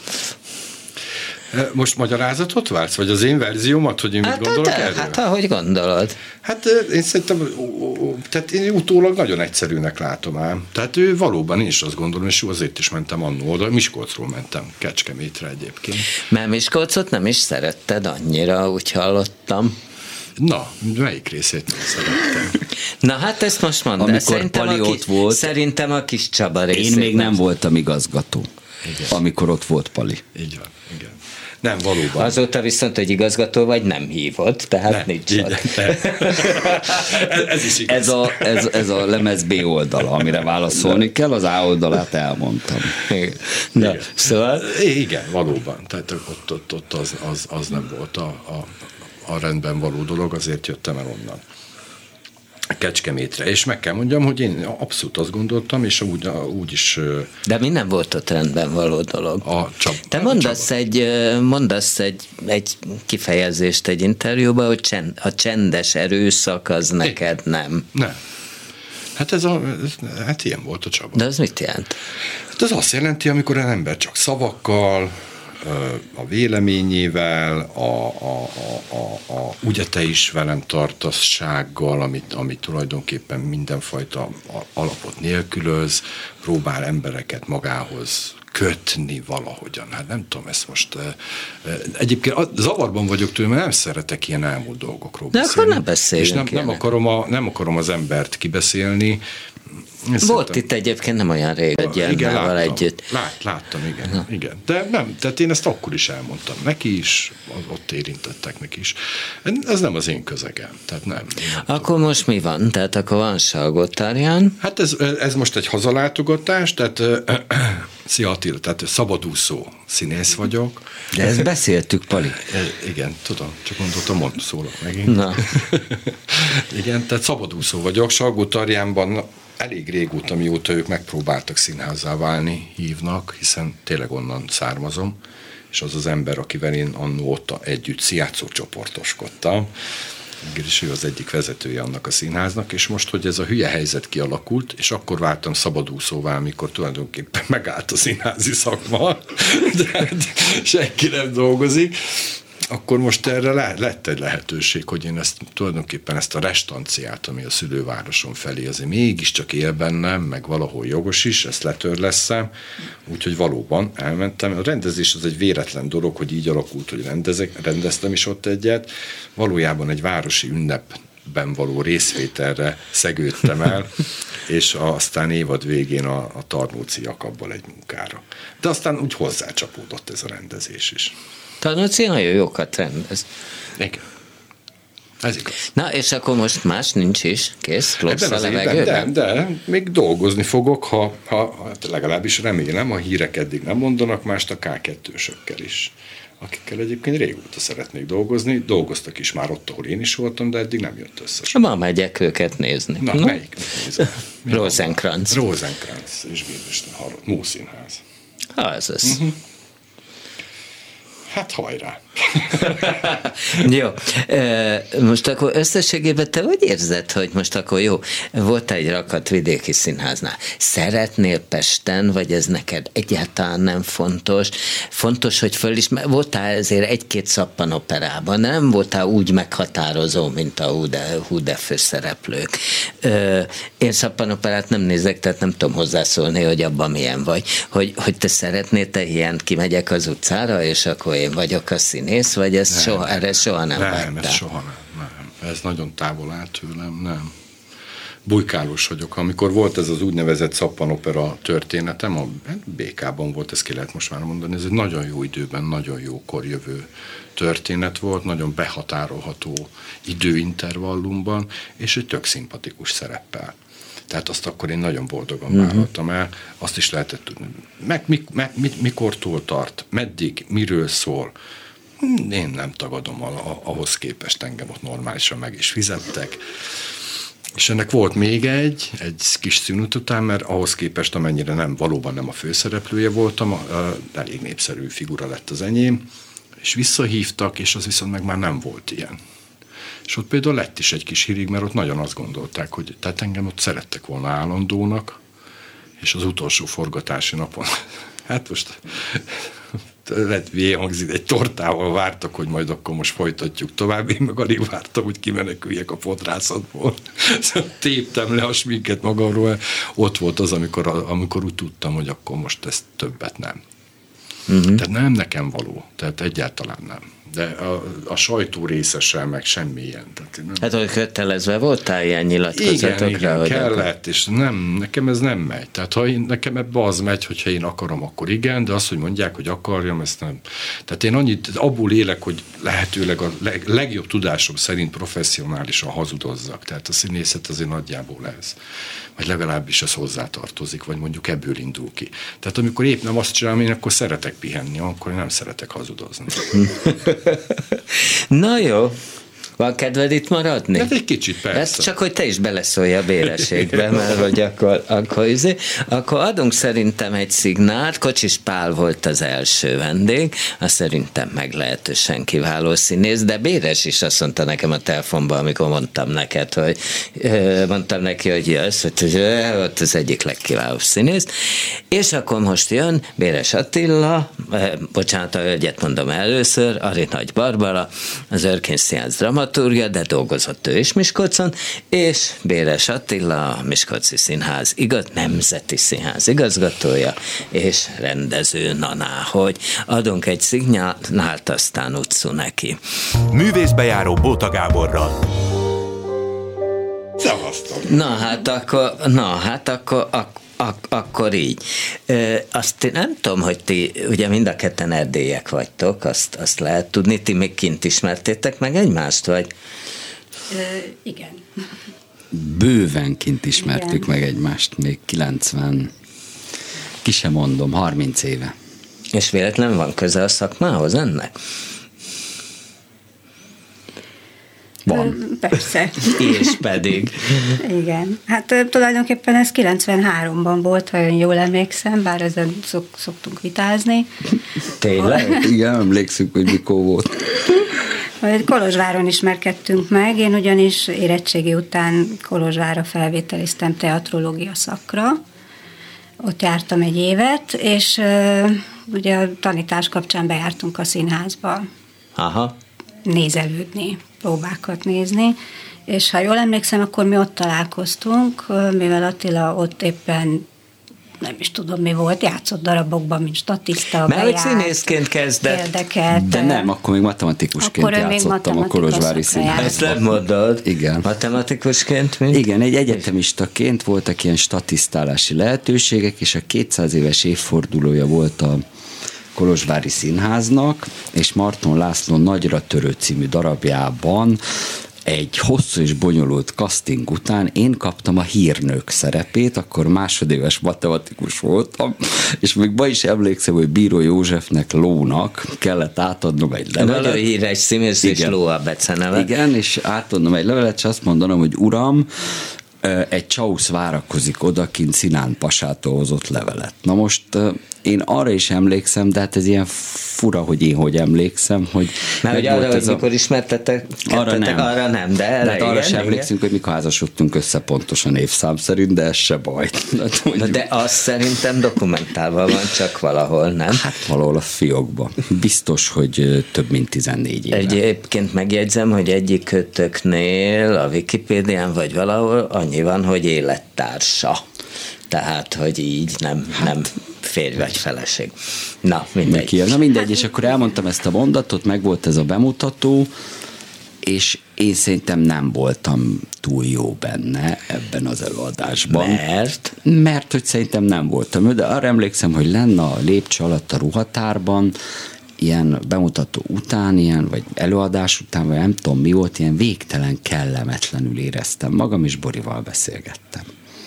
Most magyarázatot vársz? Vagy az én verziómat, hogy én hát, mit gondolok hát, erről? Hát ahogy gondolod. Hát én szerintem, tehát én utólag nagyon egyszerűnek látom ám. Tehát ő valóban, én is azt gondolom, és azért is mentem annó oda, Miskolcról mentem Kecskemétre egyébként. Mert Miskolcot nem is szeretted annyira, úgy hallottam. Na, melyik részét nem szerettem? Na hát ezt most mondd. Amikor Szerintem Pali a, ott volt, szerintem a Kis Csaba részét. Én még nem voltam igazgató, Igen. amikor ott volt Pali. Így van, igen. Nem, valóban. Azóta viszont, hogy igazgató vagy, nem hívod, tehát nem, nincs így, ott. ez, ez is igaz. Ez a, ez, ez a lemez B oldala, amire válaszolni kell, az A oldalát elmondtam. Na, Igen. szóval... Igen, valóban. Tehát ott, ott, ott az, az, az nem volt a, a, a rendben való dolog, azért jöttem el onnan. Kecskemétre. És meg kell mondjam, hogy én abszolút azt gondoltam, és úgy, úgy is... De mi nem volt ott rendben való dolog? A Csaba. Te mondasz, egy, mondasz egy, egy kifejezést egy interjúban, hogy csend, a csendes erőszak az neked nem. Nem. Hát ez a, ez, hát ilyen volt a Csaba. De az mit jelent? Hát az azt jelenti, amikor az ember csak szavakkal, a véleményével, a, a, a, a, a ugye te is velem tartassággal, amit, amit tulajdonképpen mindenfajta alapot nélkülöz, próbál embereket magához kötni valahogyan. Hát nem tudom, ezt most... Egyébként zavarban vagyok tőle, mert nem szeretek ilyen elmúlt dolgokról de beszélni. akkor ne beszéljünk. És nem, nem, akarom a, nem akarom az embert kibeszélni, Volt szerintem... itt egyébként nem olyan rég egy Jannával együtt. Lát, láttam, igen, igen. De nem, tehát én ezt akkor is elmondtam neki is, ott érintettek neki is. Ez nem az én közegem, tehát nem. nem akkor tudom. Most mi van? Tehát akkor van Salgótarján? Hát ez, ez most egy hazalátogatás, tehát szia Attila, tehát szabadúszó színész vagyok. De ezt beszéltük, Pali. Igen, tudom, csak mondottam, mond, szólok megint. Na. Igen, tehát szabadúszó vagyok, Salgótarjánban elég régóta, mióta ők megpróbáltak színházzá válni, hívnak, hiszen tényleg onnan származom, és az az ember, akivel én annó ott együtt szijátszó csoportoskodtam, és ő az egyik vezetője annak a színháznak, és most, hogy ez a hülye helyzet kialakult, és akkor váltam szabadúszóvá, amikor tulajdonképpen megállt a színházi szakma, de senki nem dolgozik, akkor most erre lett egy lehetőség, hogy én ezt tulajdonképpen ezt a restanciát, ami a szülővároson felé azért mégiscsak él bennem, meg valahol jogos is, ezt letörleszem, úgyhogy valóban elmentem. A rendezés az egy véletlen dolog, hogy így alakult, hogy rendezek, rendeztem is ott egyet. Valójában egy városi ünnepben való részvételre szegődtem el, és aztán évad végén a, a Tarnóci Jakabbal egy munkára. De aztán úgy hozzácsapódott ez a rendezés is. Tarnóci nagyon jókat rendez. Igen. Ez igaz. Na, és akkor most más nincs is? Kész? Lopsz a levegőben? De, de, még dolgozni fogok, ha, ha hát legalábbis remélem, a hírek eddig nem mondanak mást, a ká kettősökkel is, akikkel egyébként régóta szeretnék dolgozni. Dolgoztak is már ott, ahol én is voltam, de eddig nem jött össze. Ma megyek őket nézni. Na, no? Melyik nézem? Rosenkranz. Rosenkranz és Guildenstern hallott. Múszínház. Ha, ez az. Uh-huh. Hát hajrá! Jó. Most akkor összességében te hogy érzed, hogy most akkor jó, voltál egy rakat vidéki színháznál. Szeretnél Pesten, vagy ez neked egyáltalán nem fontos? Fontos, hogy föl is, voltál ezért egy-két szappanoperában, nem voltál úgy meghatározó, mint a Hude, Hude főszereplők. Én szappanoperát nem nézek, tehát nem tudom hozzászólni, hogy abban milyen vagy. Hogy, hogy te szeretnél, te ilyen kimegyek az utcára, és akkor én vagyok a színész, vagy ez nem, soha, erre soha nem Nem, vágytál? ez soha nem, nem. Ez nagyon távol áll tőlem, nem. Bujkálós vagyok. Amikor volt ez az úgynevezett szappanopera történetem, a bé ká-ban volt, ezt ki lehet most már mondani, ez egy nagyon jó időben, nagyon jókor jövő történet volt, nagyon behatárolható időintervallumban, és egy tök szimpatikus szereppel. Tehát azt akkor én nagyon boldogan uh-huh. vállaltam el, azt is lehetett tudni. Meg, mi, meg, mi, mikortól tart, meddig, miről szól. Én nem tagadom, a, a, ahhoz képest engem ott normálisan meg is fizettek. És ennek volt még egy, egy kis szünet után, mert ahhoz képest, amennyire nem, valóban nem a főszereplője voltam, a, a, elég népszerű figura lett az enyém, és visszahívtak, és az viszont meg már nem volt ilyen. És ott például lett is egy kis hírig, mert ott nagyon azt gondolták, hogy tehát engem ott szerettek volna állandónak, és az utolsó forgatási napon, hát most lett hangzik, egy tortával vártak, hogy majd akkor most folytatjuk tovább, én meg alig vártam, hogy kimeneküljek a fodrászatból. Szóval téptem le a sminket magamról, ott volt az, amikor, amikor úgy tudtam, hogy akkor most ezt többet nem. Uh-huh. Tehát nem nekem való, tehát egyáltalán nem. De a, a sajtó részesen meg semmilyen. Tehát nem... Hát, hogy kötelezve voltál ilyen nyilatkozatokra? Igen, igen, hogy kellett, akar... és nem, nekem ez nem megy. Tehát ha én, nekem ebbe az megy, hogyha én akarom, akkor igen, de az, hogy mondják, hogy akarjam, ezt nem. Tehát én annyit, abból élek, hogy lehetőleg a leg, legjobb tudásom szerint professzionálisan hazudozzak. Tehát a színészet azért nagyjából ez. Vagy legalábbis ez hozzátartozik, vagy mondjuk ebből indul ki. Tehát amikor épp nem azt csinálom, én akkor szeretek pihenni, akkor én nem szeretek hazudozni. Na jó, van kedved itt maradni? Hát egy kicsit, persze. Hát csak, hogy te is beleszólj a béreségbe, mert hogy akkor, akkor, izé, akkor adunk szerintem egy szignált. Kocsis Pál volt az első vendég, azt szerintem meglehetősen kiváló színész, de Béres is azt mondta nekem a telefonban, amikor mondtam neked, hogy mondtam neki, hogy jössz, hogy ott az egyik legkiválóbb színész, és akkor most jön Béres Attila, bocsánat, a hölgyet mondom először, Ari Nagy Barbara, az Örkény Színház dramaturgia, de dolgozott ő is Miskolcon, és Béres Attila, a Miskolci Színház igaz, Nemzeti Színház igazgatója, és rendező Naná, hogy adunk egy szignált, aztán utcú neki. Művészbejáró Bóta Gáborral. Szevasztok. Na hát akkor, na hát akkor, ak, ak, akkor így. Ö, azt én nem tudom, hogy ti ugye mind a ketten erdélyek vagytok, azt, azt lehet tudni, ti még kint ismertétek meg egymást, vagy? Ö, igen. Bőven kint ismertük Igen. meg egymást, még kilencven, ki sem mondom, harminc éve. És véletlen van köze a szakmához ennek? Van. Persze. És pedig. Igen. Hát ö, tulajdonképpen ez kilencvenháromban volt, ha én jól emlékszem, bár ezen szok, szoktunk vitázni. Tényleg? Igen, emlékszünk, hogy mikor volt. Kolozsváron ismerkedtünk meg, én ugyanis érettségi után Kolozsvárra felvételiztem teatrológia szakra. Ott jártam egy évet, és ö, ugye a tanítás kapcsán bejártunk a színházba Aha. nézelődni, próbákat nézni, és ha jól emlékszem, akkor mi ott találkoztunk, mivel Attila ott éppen nem is tudom mi volt, játszott darabokban, mint statiszta, Mert hogy bejárt, színészként kezdett. érdekelt. De nem, akkor még matematikusként Akkor ő még játszottam a matematika Kolozsvári szakra Színházban. Ezt nem mondod? Igen. Matematikusként mi? Igen, egy egyetemistaként voltak ilyen statisztálási lehetőségek, és a kétszáz éves évfordulója volt a Kolozsvári Színháznak, és Marton László Nagyra törő című darabjában egy hosszú és bonyolult casting után én kaptam a hírnök szerepét, akkor másodéves matematikus voltam, és még ma is emlékszem, hogy Bíró Józsefnek, Lónak kellett átadnom egy levelet. Nagyon híres színész, és Ló a beceneve. Igen, és átadnom egy levelet, és azt mondanom, hogy uram, egy csausz várakozik odakint Szinán pasától hozott levelet. Na most én arra is emlékszem, de hát ez ilyen fura, hogy én hogy emlékszem, hogy... Mert hogy arra, hogy mikor ismertetek, arra nem. arra nem, de erre de hát arra igen, sem igen. emlékszünk, hogy mikor házasodtunk össze pontosan évszám szerint, de ez se baj. Na de az szerintem dokumentálva van, csak valahol, nem? Hát valahol a fiókban. Biztos, hogy több mint tizennégy éve. Egyébként megjegyzem, hogy egyik kötöknél a Wikipédián vagy valahol annyi van, hogy élettársa. Tehát, hogy így nem, hát, nem férj vagy feleség. Na, mindegy. Neki, na mindegy, és akkor elmondtam ezt a mondatot, meg volt ez a bemutató, és én szerintem nem voltam túl jó benne ebben az előadásban. Mert? Mert, hogy szerintem nem voltam ő, de arra emlékszem, hogy lenne a lépcső alatt a ruhatárban, ilyen bemutató után, ilyen, vagy előadás után, vagy nem tudom mi volt, ilyen végtelen kellemetlenül éreztem magam, és Borival beszélgettem.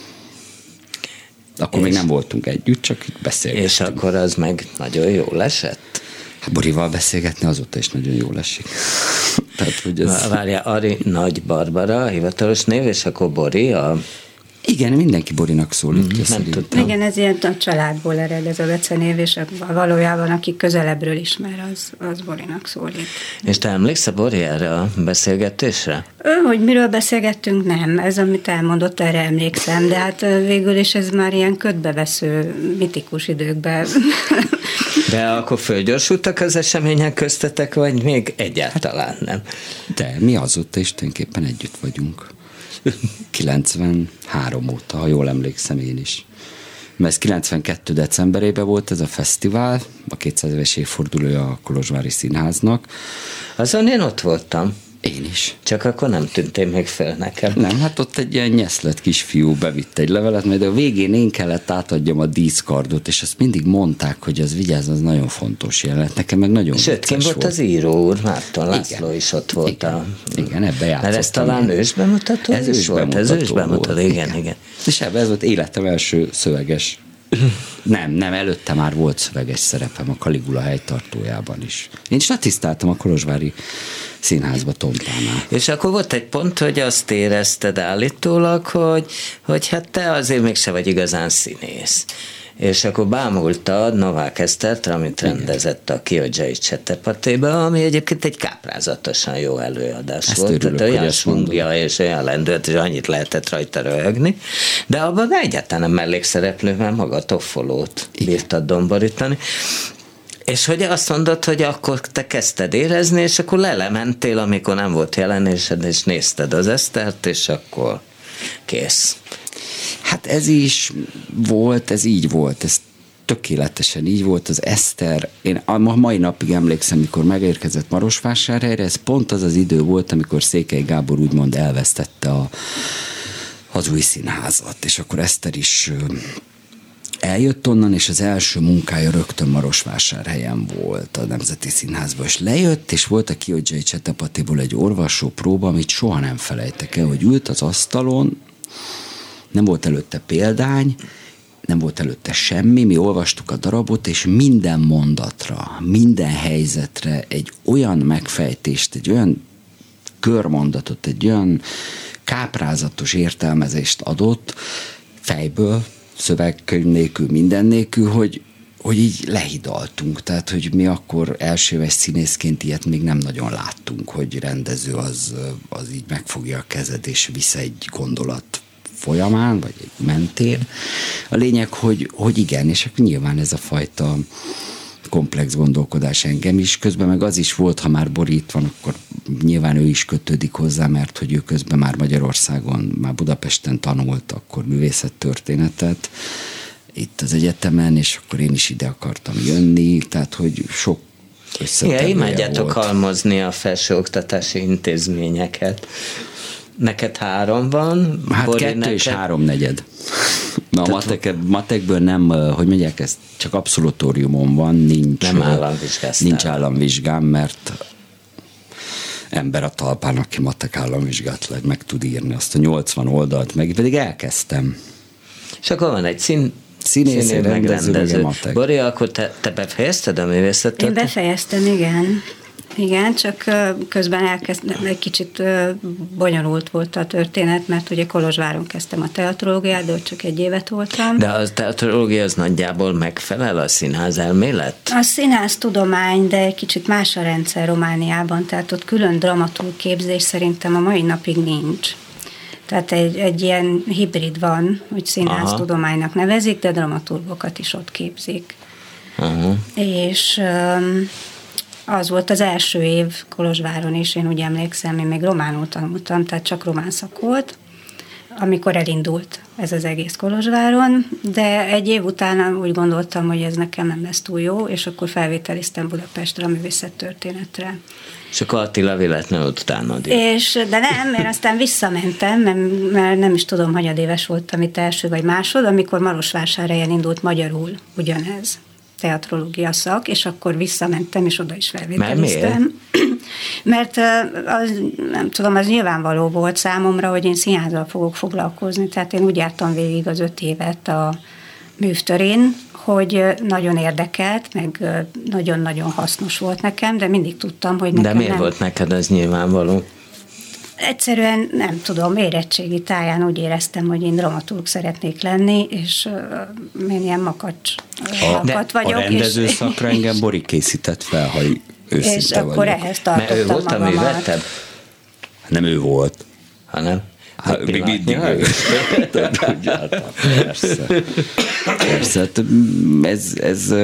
Akkor és még nem voltunk együtt, csak itt beszélgettünk. És akkor az meg nagyon jól esett? Hát Borival beszélgetni azóta is nagyon jól esik. Tehát, hogy ez... Várja, Ari Nagy Barbara, a hivatalos név, és akkor Bori a... Igen, mindenki Borinak szólít. Mm, nem tudtam. Igen, ez ilyen a családból ered ez a becenév, és valójában aki közelebbről ismer, az, az Borinak szólít. És te emlékszel, Bori, erre a beszélgetésre? Ő, hogy miről beszélgettünk, nem. Ez, amit elmondott, erre emlékszem, de hát végül is ez már ilyen ködbevesző, mitikus időkben. De akkor fölgyorsultak az események köztetek, vagy még egyáltalán nem? De mi azóta is tulajdonképpen együtt vagyunk. kilencvenhárom óta, ha jól emlékszem én is. Mert ez kilencvenkettő decemberében volt ez a fesztivál, a kétszáz éves évfordulója a Kolozsvári Színháznak. Azon én ott voltam. Én is. Csak akkor nem tűntél még fel nekem. Nem, hát ott egy ilyen nyeszlet kisfiú bevitt egy levelet, majd a végén én kellett átadjam a díszkardot, és azt mindig mondták, hogy az vigyázz, az nagyon fontos jelenet. Nekem meg nagyon Sőt, kint volt az író úr, Márton László is ott volt. Igen, a... igen, ebbe játszottam. Mert ez talán ősbemutató ez is volt? Ez ősbemutató, igen, igen, igen. És ebben ez volt életem első szöveges. Nem, nem, előtte már volt szöveges szerepem a Kaligula helytartójában is. Én statisztáltam a Kolozsvári Színházba Tompánál. És akkor volt egy pont, hogy azt érezted állítólag, hogy, hogy hát te azért mégse vagy igazán színész. És akkor bámultad Novák Esztert, amit rendezett a Kiodzsai Csetepatébe, ami egyébként egy káprázatosan jó előadás Ezt volt. örülök, Tehát olyan ezt mondom. svungja és olyan lendület, és annyit lehetett rajta röhögni. De abban egyáltalán nem mellékszereplő, mert maga Toffolót bírtad domborítani. És hogy azt mondod, hogy akkor te kezdted érezni, és akkor lelementél, amikor nem volt jelenésed, és nézted az Esztert, és akkor kész. Hát ez is volt, ez így volt, ez tökéletesen így volt, az Eszter, én a mai napig emlékszem, mikor megérkezett Marosvásárhelyre, ez pont az az idő volt, amikor Székely Gábor úgymond elvesztette a az új színházat, és akkor Eszter is eljött onnan, és az első munkája rögtön Marosvásárhelyen volt a Nemzeti Színházban, és lejött, és volt a Kiodzsai Csetepatiból egy olvasó próba, amit soha nem felejtek el, hogy ült az asztalon, nem volt előtte példány, nem volt előtte semmi, mi olvastuk a darabot, és minden mondatra, minden helyzetre egy olyan megfejtést, egy olyan körmondatot, egy olyan káprázatos értelmezést adott fejből, szövegkönyv nélkül, minden nélkül, hogy, hogy így lehidaltunk. Tehát, hogy mi akkor elsőves színészként ilyet még nem nagyon láttunk, hogy rendező az, az így megfogja a kezed és visz egy gondolat folyamán, vagy egy mentén. A lényeg, hogy, hogy igen, és akkor nyilván ez a fajta komplex gondolkodás engem is. Közben meg az is volt, ha már Bori itt van, akkor nyilván ő is kötődik hozzá, mert hogy ő közben már Magyarországon, már Budapesten tanult akkor művészettörténetet itt az egyetemen, és akkor én is ide akartam jönni, tehát hogy sok összetevője volt. Igen, imádjátok halmozni a felsőoktatási intézményeket. Neked három van? Hát Bori, kettő neked... és háromnegyed. Na a matek, matekből nem, hogy mondják, ez csak abszolutóriumon van, nincs, nem államvizsgáztál. Nincs államvizsgám, mert ember a talpán, aki matek államvizsgát le, meg tud írni azt a nyolcvan oldalt, meg pedig elkezdtem. És akkor van egy szín, színész, színész rendező, megrendező. matek. Bori, akkor te, te befejezted a művészetet? Én befejeztem, igen. Igen, csak közben elkezdtem, egy kicsit bonyolult volt a történet, mert ugye Kolozsváron kezdtem a teatrológiát, de ott csak egy évet voltam. De a teatrológia az nagyjából megfelel a színház elmélet? A színház tudomány, de egy kicsit más a rendszer Romániában, tehát ott külön dramaturg képzés szerintem a mai napig nincs. Tehát egy, egy ilyen hibrid van, hogy színház Aha. tudománynak nevezik, de dramaturgokat is ott képzik. Aha. És... Um, az volt az első év Kolozsváron is, én úgy emlékszem, én még románul tanultam, tehát csak román szak volt, amikor elindult ez az egész Kolozsváron, de egy év után úgy gondoltam, hogy ez nekem nem lesz túl jó, és akkor felvételiztem Budapestre a művészettörténetre. És akkor Attila véletlenül utánod. És, de nem, én aztán visszamentem, mert, mert nem is tudom, hanyadéves voltam itt első vagy másod, amikor Marosvásárhelyen indult magyarul ugyanez. Teatrológia szak, és akkor visszamentem, és oda is felvételiztem. Mert az, nem tudom, az nyilvánvaló volt számomra, hogy én színházzal fogok foglalkozni, tehát én úgy jártam végig az öt évet a művtörén, hogy nagyon érdekelt, meg nagyon-nagyon hasznos volt nekem, de mindig tudtam, hogy nekem De miért nem... volt neked az nyilvánvaló? Egyszerűen nem tudom, érettségi táján úgy éreztem, hogy én dramaturg szeretnék lenni, és uh, én ilyen makacs makat vagyok. A rendező és, szakra engem Bori készített fel, ha őszinte És akkor vagyok. ehhez tartottam Mert ő volt magamat. a művettebb? Nem ő volt. Hanem? Hát még mindig ő. Persze. Persze. Ez, ez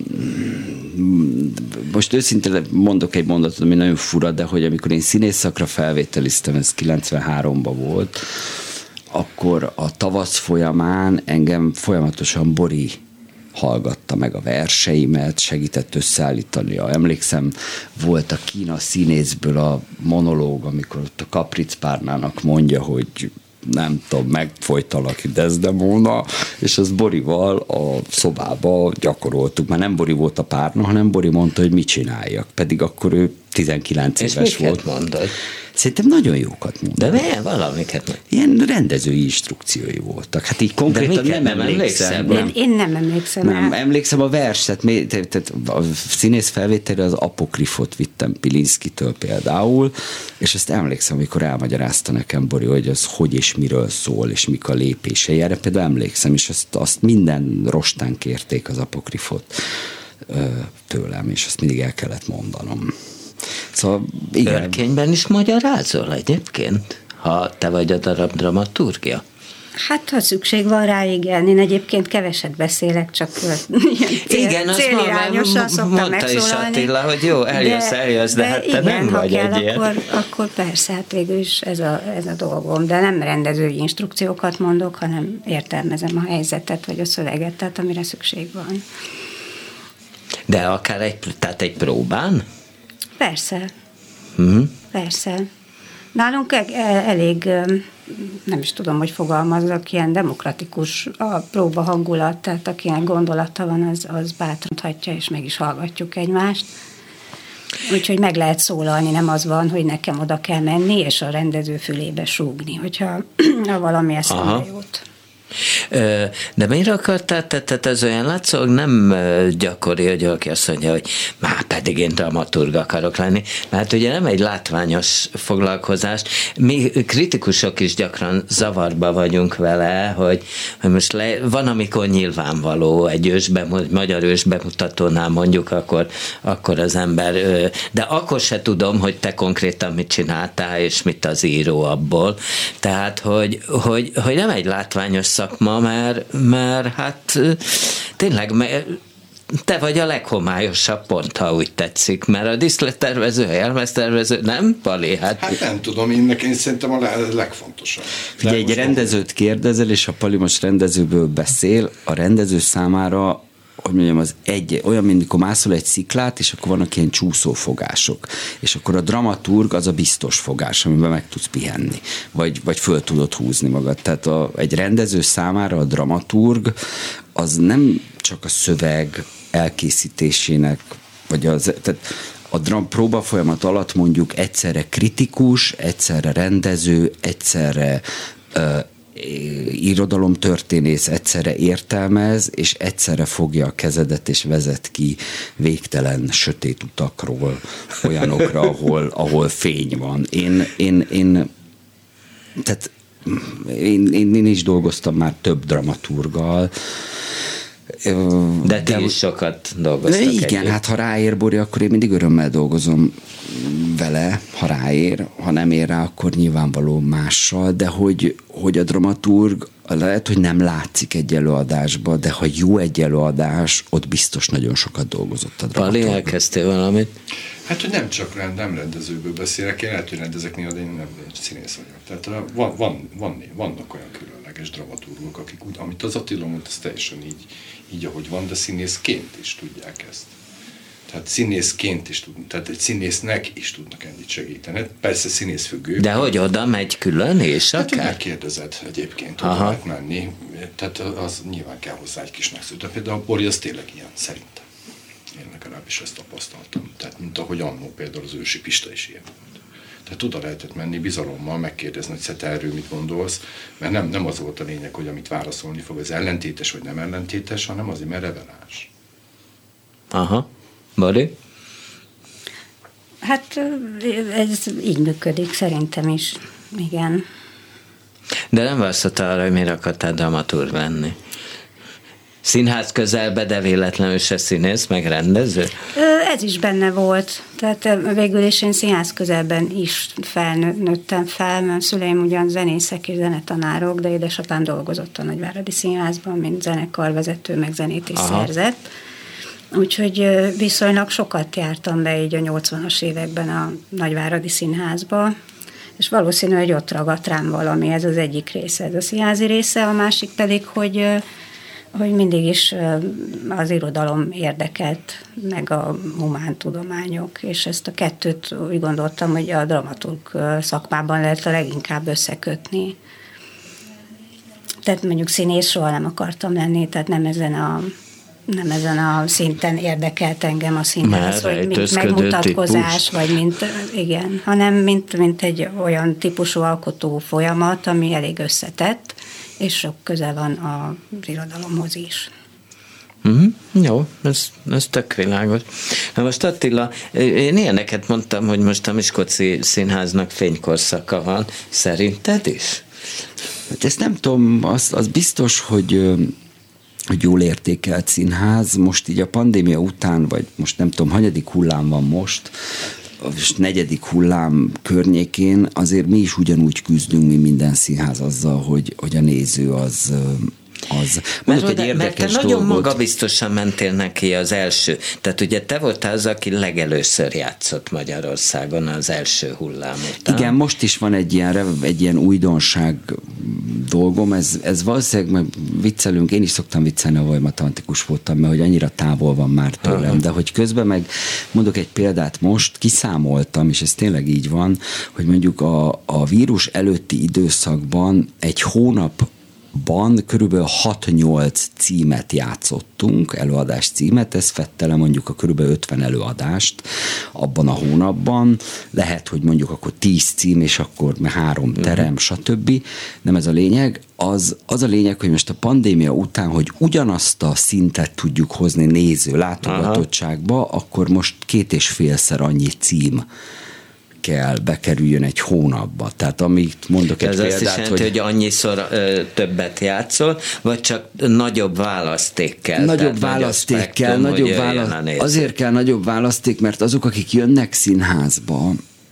most őszintén mondok egy mondatot, ami nagyon fura, de hogy amikor én színész szakra felvételiztem, ez kilencvenháromban volt, akkor a tavasz folyamán engem folyamatosan Bori hallgatta meg a verseimet, segített összeállítani. Emlékszem, volt a Kína színészből a monológ, amikor ott a Kapriczpárnának mondja, hogy nem tudom, megfojtalak Desdemona, és az Borival a szobába gyakoroltuk. Már nem Bori volt a párna, hanem Bori mondta, hogy mit csináljak. Pedig akkor ő tizenkilenc és éves volt. És mondod? Szerintem nagyon jókat mondott. De milyen valamiket mondod? Ilyen rendezői instrukciói voltak. Hát így konkrétan nem, nem emlékszem. Nem. Én, én nem emlékszem. Nem, emlékszem a verset. Tehát a színész felvételre az Apokrifot vittem Pilinszkitől például, és ezt emlékszem, amikor elmagyarázta nekem Bori, hogy az hogy és miről szól, és mik a lépései. Erre például emlékszem, és azt, azt minden rostán kérték az Apokrifot tőlem, és azt mindig el kellett mondanom. Szóval, igen. Örkényben is magyarázol egyébként, ha te vagy a darab dramaturgia? Hát, ha szükség van rá, igen. Én egyébként keveset beszélek, csak cél, igen, célirányosan szoktam mondta megszólalni. Is Attila, hogy jó, eljössz, de, eljössz, de, de hát te igen, nem vagy kell, egy ilyen. Akkor, akkor persze, hát végül is ez a, ez a dolgom. De nem rendezői instrukciókat mondok, hanem értelmezem a helyzetet, vagy a szöveget, tehát amire szükség van. De akár egy, tehát egy próbán? Persze. Uh-huh. Persze. Nálunk elég nem is tudom, hogy fogalmazzak, ilyen demokratikus a próba hangulat, tehát akinek gondolata van, az, az bátoríthatja, és meg is hallgatjuk egymást. Úgyhogy meg lehet szólalni, nem az van, hogy nekem oda kell menni, és a rendező fülébe súgni, hogyha ha valami eszembe jut. De miért akartál, tehát ez olyan látszólag nem gyakori, hogy valaki azt mondja, hogy már pedig én dramaturg akarok lenni, mert ugye nem egy látványos foglalkozás. Mi kritikusok is gyakran zavarba vagyunk vele, hogy, hogy most le, van, amikor nyilvánvaló egy ősbemut, magyar ősbemutatónál mondjuk, akkor, akkor az ember, de akkor se tudom, hogy te konkrétan mit csináltál, és mit az író abból. Tehát, hogy, hogy, hogy nem egy látványos szakma, mert, mert hát tényleg te vagy a leghomályosabb pont, ha úgy tetszik, mert a díszlettervező, a jelmeztervező, nem, Pali? Hát, hát nem tudom, én nekem szerintem a legfontosabb. Ugye egy rendezőt kérdezel, és a Pali most rendezőből beszél, a rendező számára, hogy mondjam, az egy, olyan, mint amikor mászol egy sziklát, és akkor vannak ilyen csúszófogások. És akkor a dramaturg az a biztos fogás, amiben meg tudsz pihenni, vagy, vagy föl tudod húzni magad. Tehát a, egy rendező számára a dramaturg az nem csak a szöveg elkészítésének, vagy az, tehát a dram, próba folyamat alatt mondjuk egyszerre kritikus, egyszerre rendező, egyszerre uh, irodalomtörténész, egyszerre értelmez, és egyszerre fogja a kezedet, és vezet ki végtelen sötét utakról, olyanokra, ahol, ahol fény van. Én, én, én tehát én, én, én is dolgoztam már több dramaturggal, de ti de, is sokat dolgoztak igen, együtt. Hát ha ráér Bori, akkor én mindig örömmel dolgozom vele, ha ráér, ha nem ér rá, akkor nyilvánvaló mással, de hogy, hogy a dramaturg lehet, hogy nem látszik egy előadásba, de ha jó egy előadás, ott biztos nagyon sokat dolgozott a dramaturg. Pali, elkezdtél valamit? Hát, hogy nem csak rend, nem rendezőből beszélek, én lehet, hogy rendezek néha, de én nem színész vagyok. Tehát van, van, van, vannak olyan különleges dramaturgok, akik úgy, amit az Attila mondta, az teljesen így, így, ahogy van, de színészként is tudják ezt. Tehát színészként is tudnak, tehát egy színésznek is tudnak ennyit segíteni. Persze színészfüggő. De hogy oda megy külön, és hát, akár? Hát megkérdezed egyébként, hogy lehet menni. Tehát az nyilván kell hozzá egy kis megszűt. De például a Bori az tényleg ilyen, szerintem. Én legalábbis ezt tapasztaltam. Tehát, mint ahogy annó például az Ősi Pista is ilyen volt. Tehát oda lehetett menni bizalommal, megkérdezni, hogy Szete, erről mit gondolsz, mert nem, nem az volt a lényeg, hogy amit válaszolni fog, az ellentétes vagy nem ellentétes, hanem azért, mert reveláns. Aha. Bari? Hát ez így működik, szerintem is. Igen. De nem választottál arra, hogy miért akartál dramaturg lenni? Színház közelbe, de véletlenül se színész, meg rendező? Ez is benne volt. Tehát végül is én színház közelben is felnőttem fel, mert szüleim ugyan zenészek és zenetanárok, de édesapám dolgozott a Nagyváradi Színházban, mint zenekarvezető, meg zenét is Aha. szerzett. Úgyhogy viszonylag sokat jártam be így a nyolcvanas években a Nagyváradi Színházba, és valószínű, hogy ott ragadt rám valami, ez az egyik része, ez a színházi része, a másik pedig, hogy, hogy mindig is az irodalom érdekelt, meg a humántudományok, és ezt a kettőt úgy gondoltam, hogy a dramaturg szakmában lehet a leginkább összekötni. Tehát mondjuk színész soha nem akartam lenni, tehát nem ezen a nem ezen a szinten érdekelt engem a színház, vagy mint megmutatkozás, típus. Vagy mint, igen, hanem mint, mint egy olyan típusú alkotó folyamat, ami elég összetett, és sok köze van az irodalomhoz is. Mm-hmm. Jó, ez, ez tök világos. Na most Attila, én ilyeneket mondtam, hogy most a Miskolci Színháznak fénykorszaka van. Szerinted is? Hát ezt nem tudom, az, az biztos, hogy hogy jól értékelt színház. Most így a pandémia után, vagy most nem tudom, hanyadik hullám van most, és negyedik hullám környékén, azért mi is ugyanúgy küzdünk, mi minden színház azzal, hogy, hogy a néző az, Az. Mert, egy érdekes mert te dolgot. nagyon magabiztosan mentél neki az első. Tehát ugye te voltál az, aki legelőször játszott Magyarországon az első hullám után. Igen, most is van egy ilyen, egy ilyen újdonság dolgom, ez, ez valószínűleg, mert viccelünk, én is szoktam viccelni, ahogy matematikus voltam, mert hogy annyira távol van már tőlem, aha. De hogy közben meg mondok egy példát most, kiszámoltam, és ez tényleg így van, hogy mondjuk a, a vírus előtti időszakban egy hónap ban körülbelül hat-nyolc címet játszottunk, előadás címet, ez fette le mondjuk a körülbelül ötven előadást abban a hónapban, lehet, hogy mondjuk akkor tíz cím, és akkor három terem, uh-huh. stb. Nem ez a lényeg, az, az a lényeg, hogy most a pandémia után, hogy ugyanazt a szintet tudjuk hozni néző látogatottságba, aha. akkor most két és félszer annyi cím kell bekerüljön egy hónapba. Tehát amit mondok egy ez példát, azt is jelenti, hogy, hogy annyiszor ö, többet játszol, vagy csak nagyobb választék kell? Nagyobb választék spektrum, kell, nagyobb választék. Azért kell nagyobb választék, mert azok, akik jönnek színházba,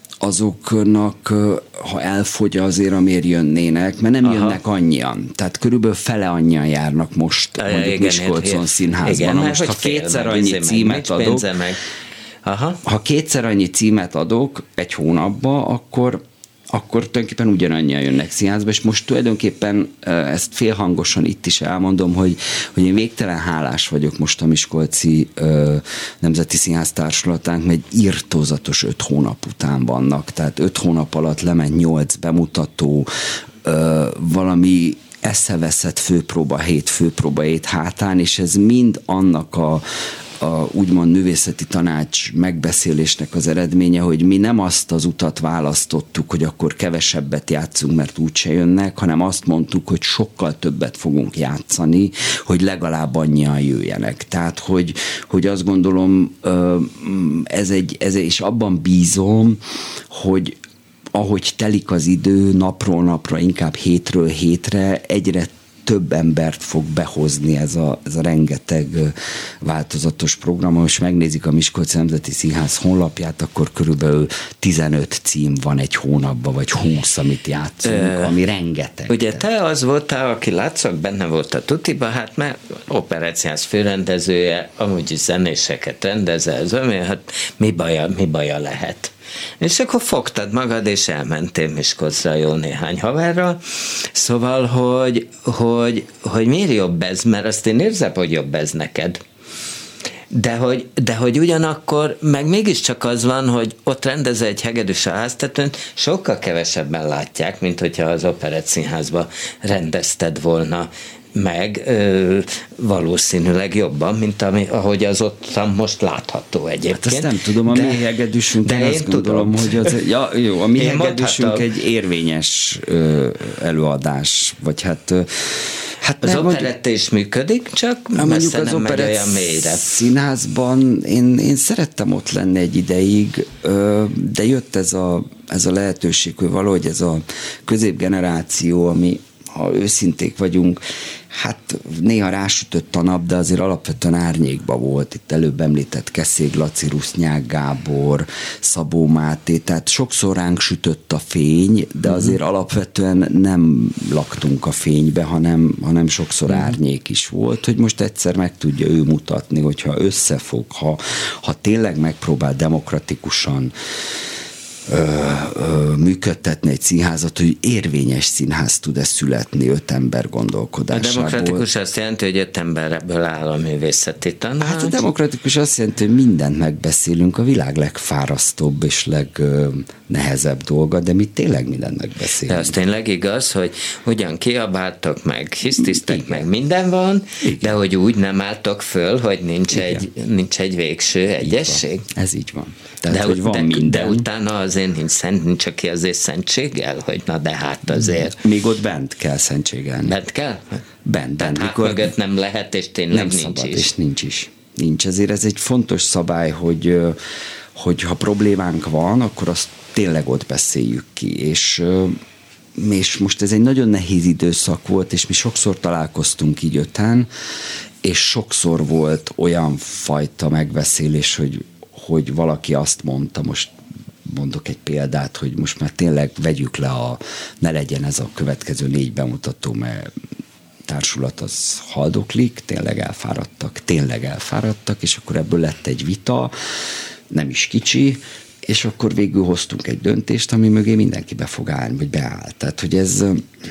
azoknak, ha elfogy azért, amiért jönnének, mert nem aha. jönnek annyian. Tehát körülbelül fele annyian járnak most a, mondjuk igen, Miskolcon színházban. Igen, most ha kétszer annyi címet adok, meg. Aha. Ha kétszer annyi címet adok egy hónapba, akkor, akkor tulajdonképpen ugyanannyian jönnek színházba, és most tulajdonképpen ezt félhangosan itt is elmondom, hogy, hogy én végtelen hálás vagyok most a Miskolci uh, Nemzeti Színház Társulatának, mert egy irtózatos öt hónap után vannak, tehát öt hónap alatt lement nyolc bemutató, uh, valami eszeveszett főpróba, hét főpróba hét hátán, és ez mind annak a a úgymond művészeti tanács megbeszélésnek az eredménye, hogy mi nem azt az utat választottuk, hogy akkor kevesebbet játszunk, mert úgyse jönnek, hanem azt mondtuk, hogy sokkal többet fogunk játszani, hogy legalább annyian jöjjenek. Tehát, hogy, hogy azt gondolom, ez egy, ez egy, és abban bízom, hogy ahogy telik az idő, napról napra, inkább hétről hétre, egyre több embert fog behozni ez a, ez a rengeteg változatos program. Most megnézik a Miskolci Nemzeti Színház honlapját, akkor körülbelül tizenöt cím van egy hónapban, vagy húsz, amit játszunk, Ö, ami rengeteg. Ugye te az voltál, aki látszak, benne volt a tutiba, hát mert operetszínház főrendezője, amúgy is zenéseket rendezel, hát mi baja, mi baja lehet? És akkor fogtad magad, és elmentél Miskolcra jó néhány haverral. Szóval, hogy, hogy, hogy miért jobb ez? Mert azt én érzem, hogy jobb ez neked. De hogy, de hogy ugyanakkor meg mégiscsak az van, hogy ott rendezel egy hegedűs a háztetőn, sokkal kevesebben látják, mint hogyha az Operettszínházba rendezted volna meg ö, valószínűleg jobban, mint ami, ahogy az ott most látható egyébként. Hát ezt nem tudom, a de, mi hegedűsünk, de én azt gondolom, hogy az, ja, jó, a mi én hegedűsünk egy érvényes ö, előadás, vagy hát ö, Hát az operetta is működik, csak messze nem megy olyan mélyre. Színházban én, én szerettem ott lenni egy ideig, de jött ez a, ez a lehetőség, hogy valahogy ez a középgeneráció, ami, ha őszinték vagyunk, hát néha rásütött a nap, de azért alapvetően árnyékba volt. Itt előbb említett Keszég Laci, Rusznyák Gábor, Szabó Máté, tehát sokszor ránk sütött a fény, de azért uh-huh. alapvetően nem laktunk a fénybe, hanem, hanem sokszor uh-huh. árnyék is volt, hogy most egyszer meg tudja ő mutatni, hogyha összefog, ha, ha tényleg megpróbál demokratikusan Ö, ö, működtetni egy színházat, hogy érvényes színház tud-e születni öt ember gondolkodásából. A demokratikus azt jelenti, hogy öt emberből áll a művészeti tanács. Hát a demokratikus azt jelenti, hogy mindent megbeszélünk, a világ legfárasztóbb és legnehezebb dolga, de mi tényleg mindent megbeszélünk. De az tényleg igaz, hogy ugyan kiabáltok meg, hisztisztek meg, minden van, igen. De hogy úgy nem álltok föl, hogy nincs, egy, nincs egy végső egyesség. Ez így van. Tehát, de, hogy van de, minden. De utána azért nincs, szent, nincs aki azért szentséggel, hogy na de hát azért. Még ott bent kell szentségelni. Bent kell? Bent, bent. Hát mögött nem lehet, és tényleg nem nincs szabad, is. És nincs is. Nincs. Ezért ez egy fontos szabály, hogy, hogy ha problémánk van, akkor azt tényleg ott beszéljük ki. És, és most ez egy nagyon nehéz időszak volt, és mi sokszor találkoztunk így öten, és sokszor volt olyan fajta megbeszélés, hogy hogy valaki azt mondta, most mondok egy példát, hogy most már tényleg vegyük le a, ne legyen ez a következő négy bemutató, mert társulat az haldoklik, tényleg elfáradtak, tényleg elfáradtak, és akkor ebből lett egy vita, nem is kicsi, és akkor végül hoztunk egy döntést, ami mögé mindenki be fog állni, vagy beáll. Tehát, hogy ez,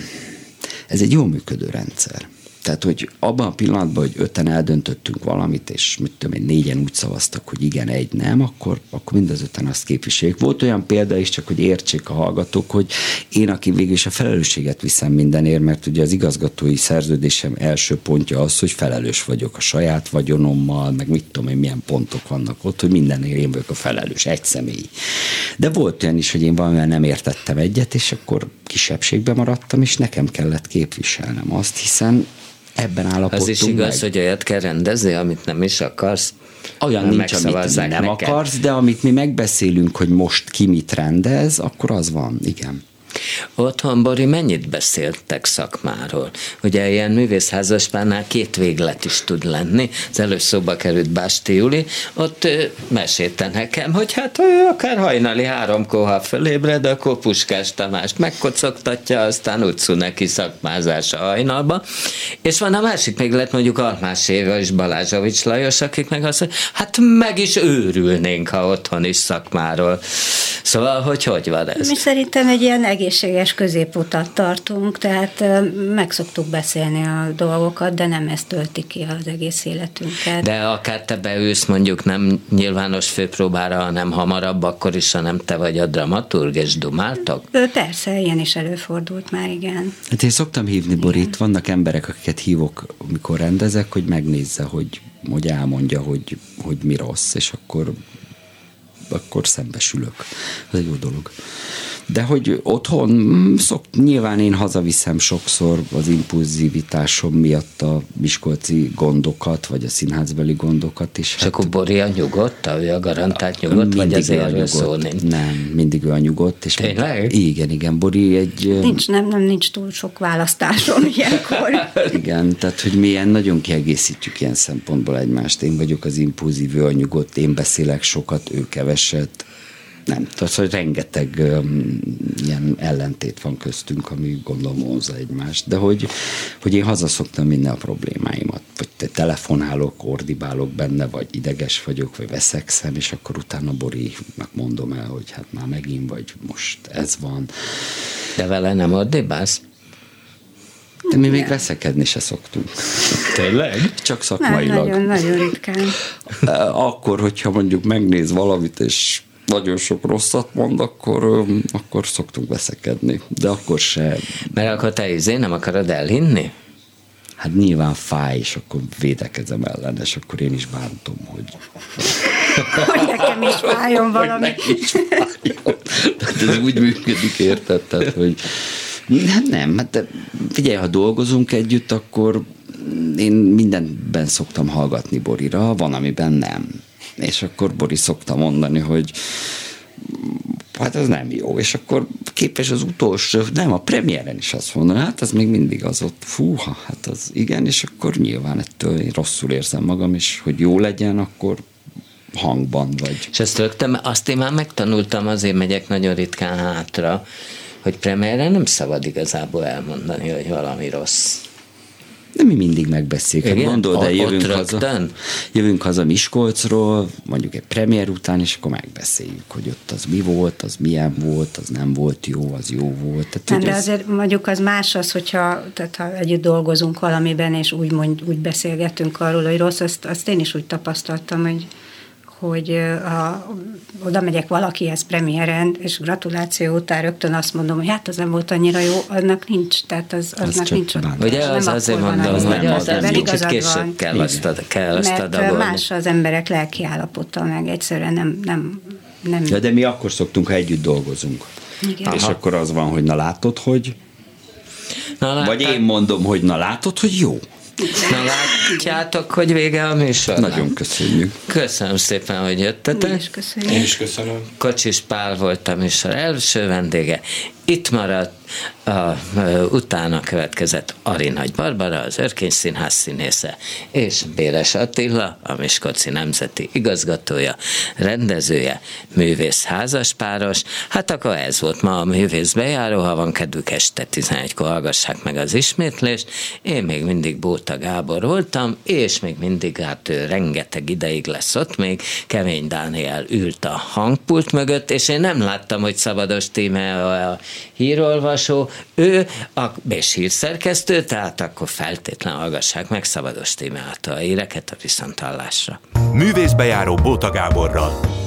ez egy jól működő rendszer. Tehát, hogy abban a pillanatban, hogy öten eldöntöttünk valamit, és mit tudom én, négyen úgy szavaztak, hogy igen, egy nem, akkor, akkor mind az öten azt képviseljük. Volt olyan példa is, csak hogy értsék a hallgatók, hogy én, aki végül is a felelősséget viszem mindenért, mert ugye az igazgatói szerződésem első pontja az, hogy felelős vagyok a saját vagyonommal, meg mit tudom én, milyen pontok vannak ott, hogy mindenért én vagyok a felelős, egy személy. De volt olyan is, hogy én valamivel nem értettem egyet, és akkor kisebbségben maradtam, és nekem kellett képviselnem azt, hiszen ebben állapodtunk. Az is igaz, meg. hogy olyat kell rendezni, amit nem is akarsz. Olyan nincs, amit nem neked. akarsz, de amit mi megbeszélünk, hogy most ki mit rendez, akkor az van, igen. Otthon, Bori, mennyit beszéltek szakmáról? Ugye ilyen művészházaspánál két véglet is tud lenni. Az előbb szóba került Básti Juli, ott mesélte nekem, hogy hát akár hajnali háromkor, ha fölébred, akkor Puskás Tamást megkocogtatja, aztán utcú neki szakmázása hajnalba. És van a másik véglet, mondjuk Almás Éva és Balázsovics Lajos, akik meg azt mondja, hát meg is őrülnénk, ha otthon is szakmáról. Szóval, hogy hogy van ez? Mi szerintem egy ilyen egészséges középutat tartunk, tehát meg szoktuk beszélni a dolgokat, de nem ezt tölti ki az egész életünket. De akár te beülsz mondjuk nem nyilvános főpróbára, hanem hamarabb, akkor is, ha nem te vagy a dramaturg, és dumáltak? Persze, ilyen is előfordult már, igen. Hát én szoktam hívni Borit, vannak emberek, akiket hívok, amikor rendezek, hogy megnézze, hogy, hogy elmondja, hogy, hogy mi rossz, és akkor akkor szembesülök. Ez egy jó dolog. De hogy otthon, szok, nyilván én hazaviszem sokszor az impulzivitásom miatt a miskolci gondokat, vagy a színházbeli gondokat is. És hát akkor Bori a nyugodt, ő a garantált nyugodt, vagy azért erről szó nincs? Nem, mindig ő a nyugodt. És tényleg? Igen, igen, Bori egy... Nincs, nem, nem, nincs túl sok választásom ilyenkor. Igen, tehát hogy mi ilyen nagyon kiegészítjük ilyen szempontból egymást. Én vagyok az impulzív, ő a nyugodt, én beszélek sokat, ő keveset. Nem, tehát hogy rengeteg um, ilyen ellentét van köztünk, ami gondolom vonzza egymást, de hogy, hogy én hazaszoktam minden a problémáimat, vagy te telefonálok, ordibálok benne, vagy ideges vagyok, vagy veszekszem, és akkor utána Borinak mondom el, hogy hát már megint, vagy most ez van. De vele nem ordibálsz? De mi még veszekedni se szoktunk. Tényleg? Csak szakmailag. Nem, nagyon, nagyon ritkán. Akkor, hogyha mondjuk megnéz valamit, és nagyon sok rosszat mond, akkor, akkor szoktunk veszekedni. De akkor se... Mert akkor te izé nem akarod elhinni? Hát nyilván fáj, és akkor védekezem ellen, és akkor én is bántom, hogy... hogy nekem is fájjon valami. Hogy is fájjon. Tehát ez úgy működik, érted? Tehát, hogy... Hát nem, hát de figyelj, ha dolgozunk együtt, akkor én mindenben szoktam hallgatni Borira, van, amiben nem. És akkor Bori szokta mondani, hogy hát ez nem jó, és akkor képes az utolsó, nem, a premiéren is azt mondani, hát az még mindig az ott, fúha, hát az igen, és akkor nyilván ettől én rosszul érzem magam, és hogy jó legyen, akkor hangban vagy. És ezt rögtön, azt én már megtanultam, azért megyek nagyon ritkán hátra, hogy premiére nem szabad igazából elmondani, hogy valami rossz. De mi mindig megbeszéljük. Hát gondold, de jövünk haza, jövünk haza Miskolcról, mondjuk egy premier után, és akkor megbeszéljük, hogy ott az mi volt, az milyen volt, az nem volt jó, az jó volt. Tehát, nem, de ez... azért mondjuk az más az, hogyha tehát, ha együtt dolgozunk valamiben, és úgy, mond, úgy beszélgetünk arról, hogy rossz, azt, azt én is úgy tapasztaltam, hogy hogy a, oda megyek valakihez premiéren, és gratuláció után rögtön azt mondom, hogy hát az nem volt annyira jó, annak nincs, tehát az, aznak az nincs. Ugye az azért mondom, hogy az, az kicsit később kell azt a, kell azt mert a más az emberek lelki állapota, meg egyszerűen nem... nem, nem. Ja, de mi akkor szoktunk, ha együtt dolgozunk. Igen. És akkor az van, hogy na látod, hogy... Na, vagy én mondom, hogy na látod, hogy jó. Na látjátok, hogy vége a műsor? Nagyon köszönjük. Köszönöm szépen, hogy jöttetek. Én is köszönjük. Én is köszönöm. Kocsis Pál volt a műsor első vendége. Itt maradt A, utána következett Ari Nagy Barbara, az Örkény Színház színésze, és Béres Attila, a Miskolci Nemzeti igazgatója, rendezője, művész házaspáros. Hát akkor ez volt ma a művész bejáró, ha van kedvük este tizenegykor hallgassák meg az ismétlést. Én még mindig Bóta Gábor voltam, és még mindig, hát ő rengeteg ideig lesz ott, még Kemény Dániel ült a hangpult mögött, és én nem láttam, hogy Szabados Tíme a hírolvasó, ő a és hírszerkesztő, tehát akkor feltétlenül hallgassák meg Szabados Tíme által a híreket a viszonthallásra. Művészbejáró Bóta Gáborral.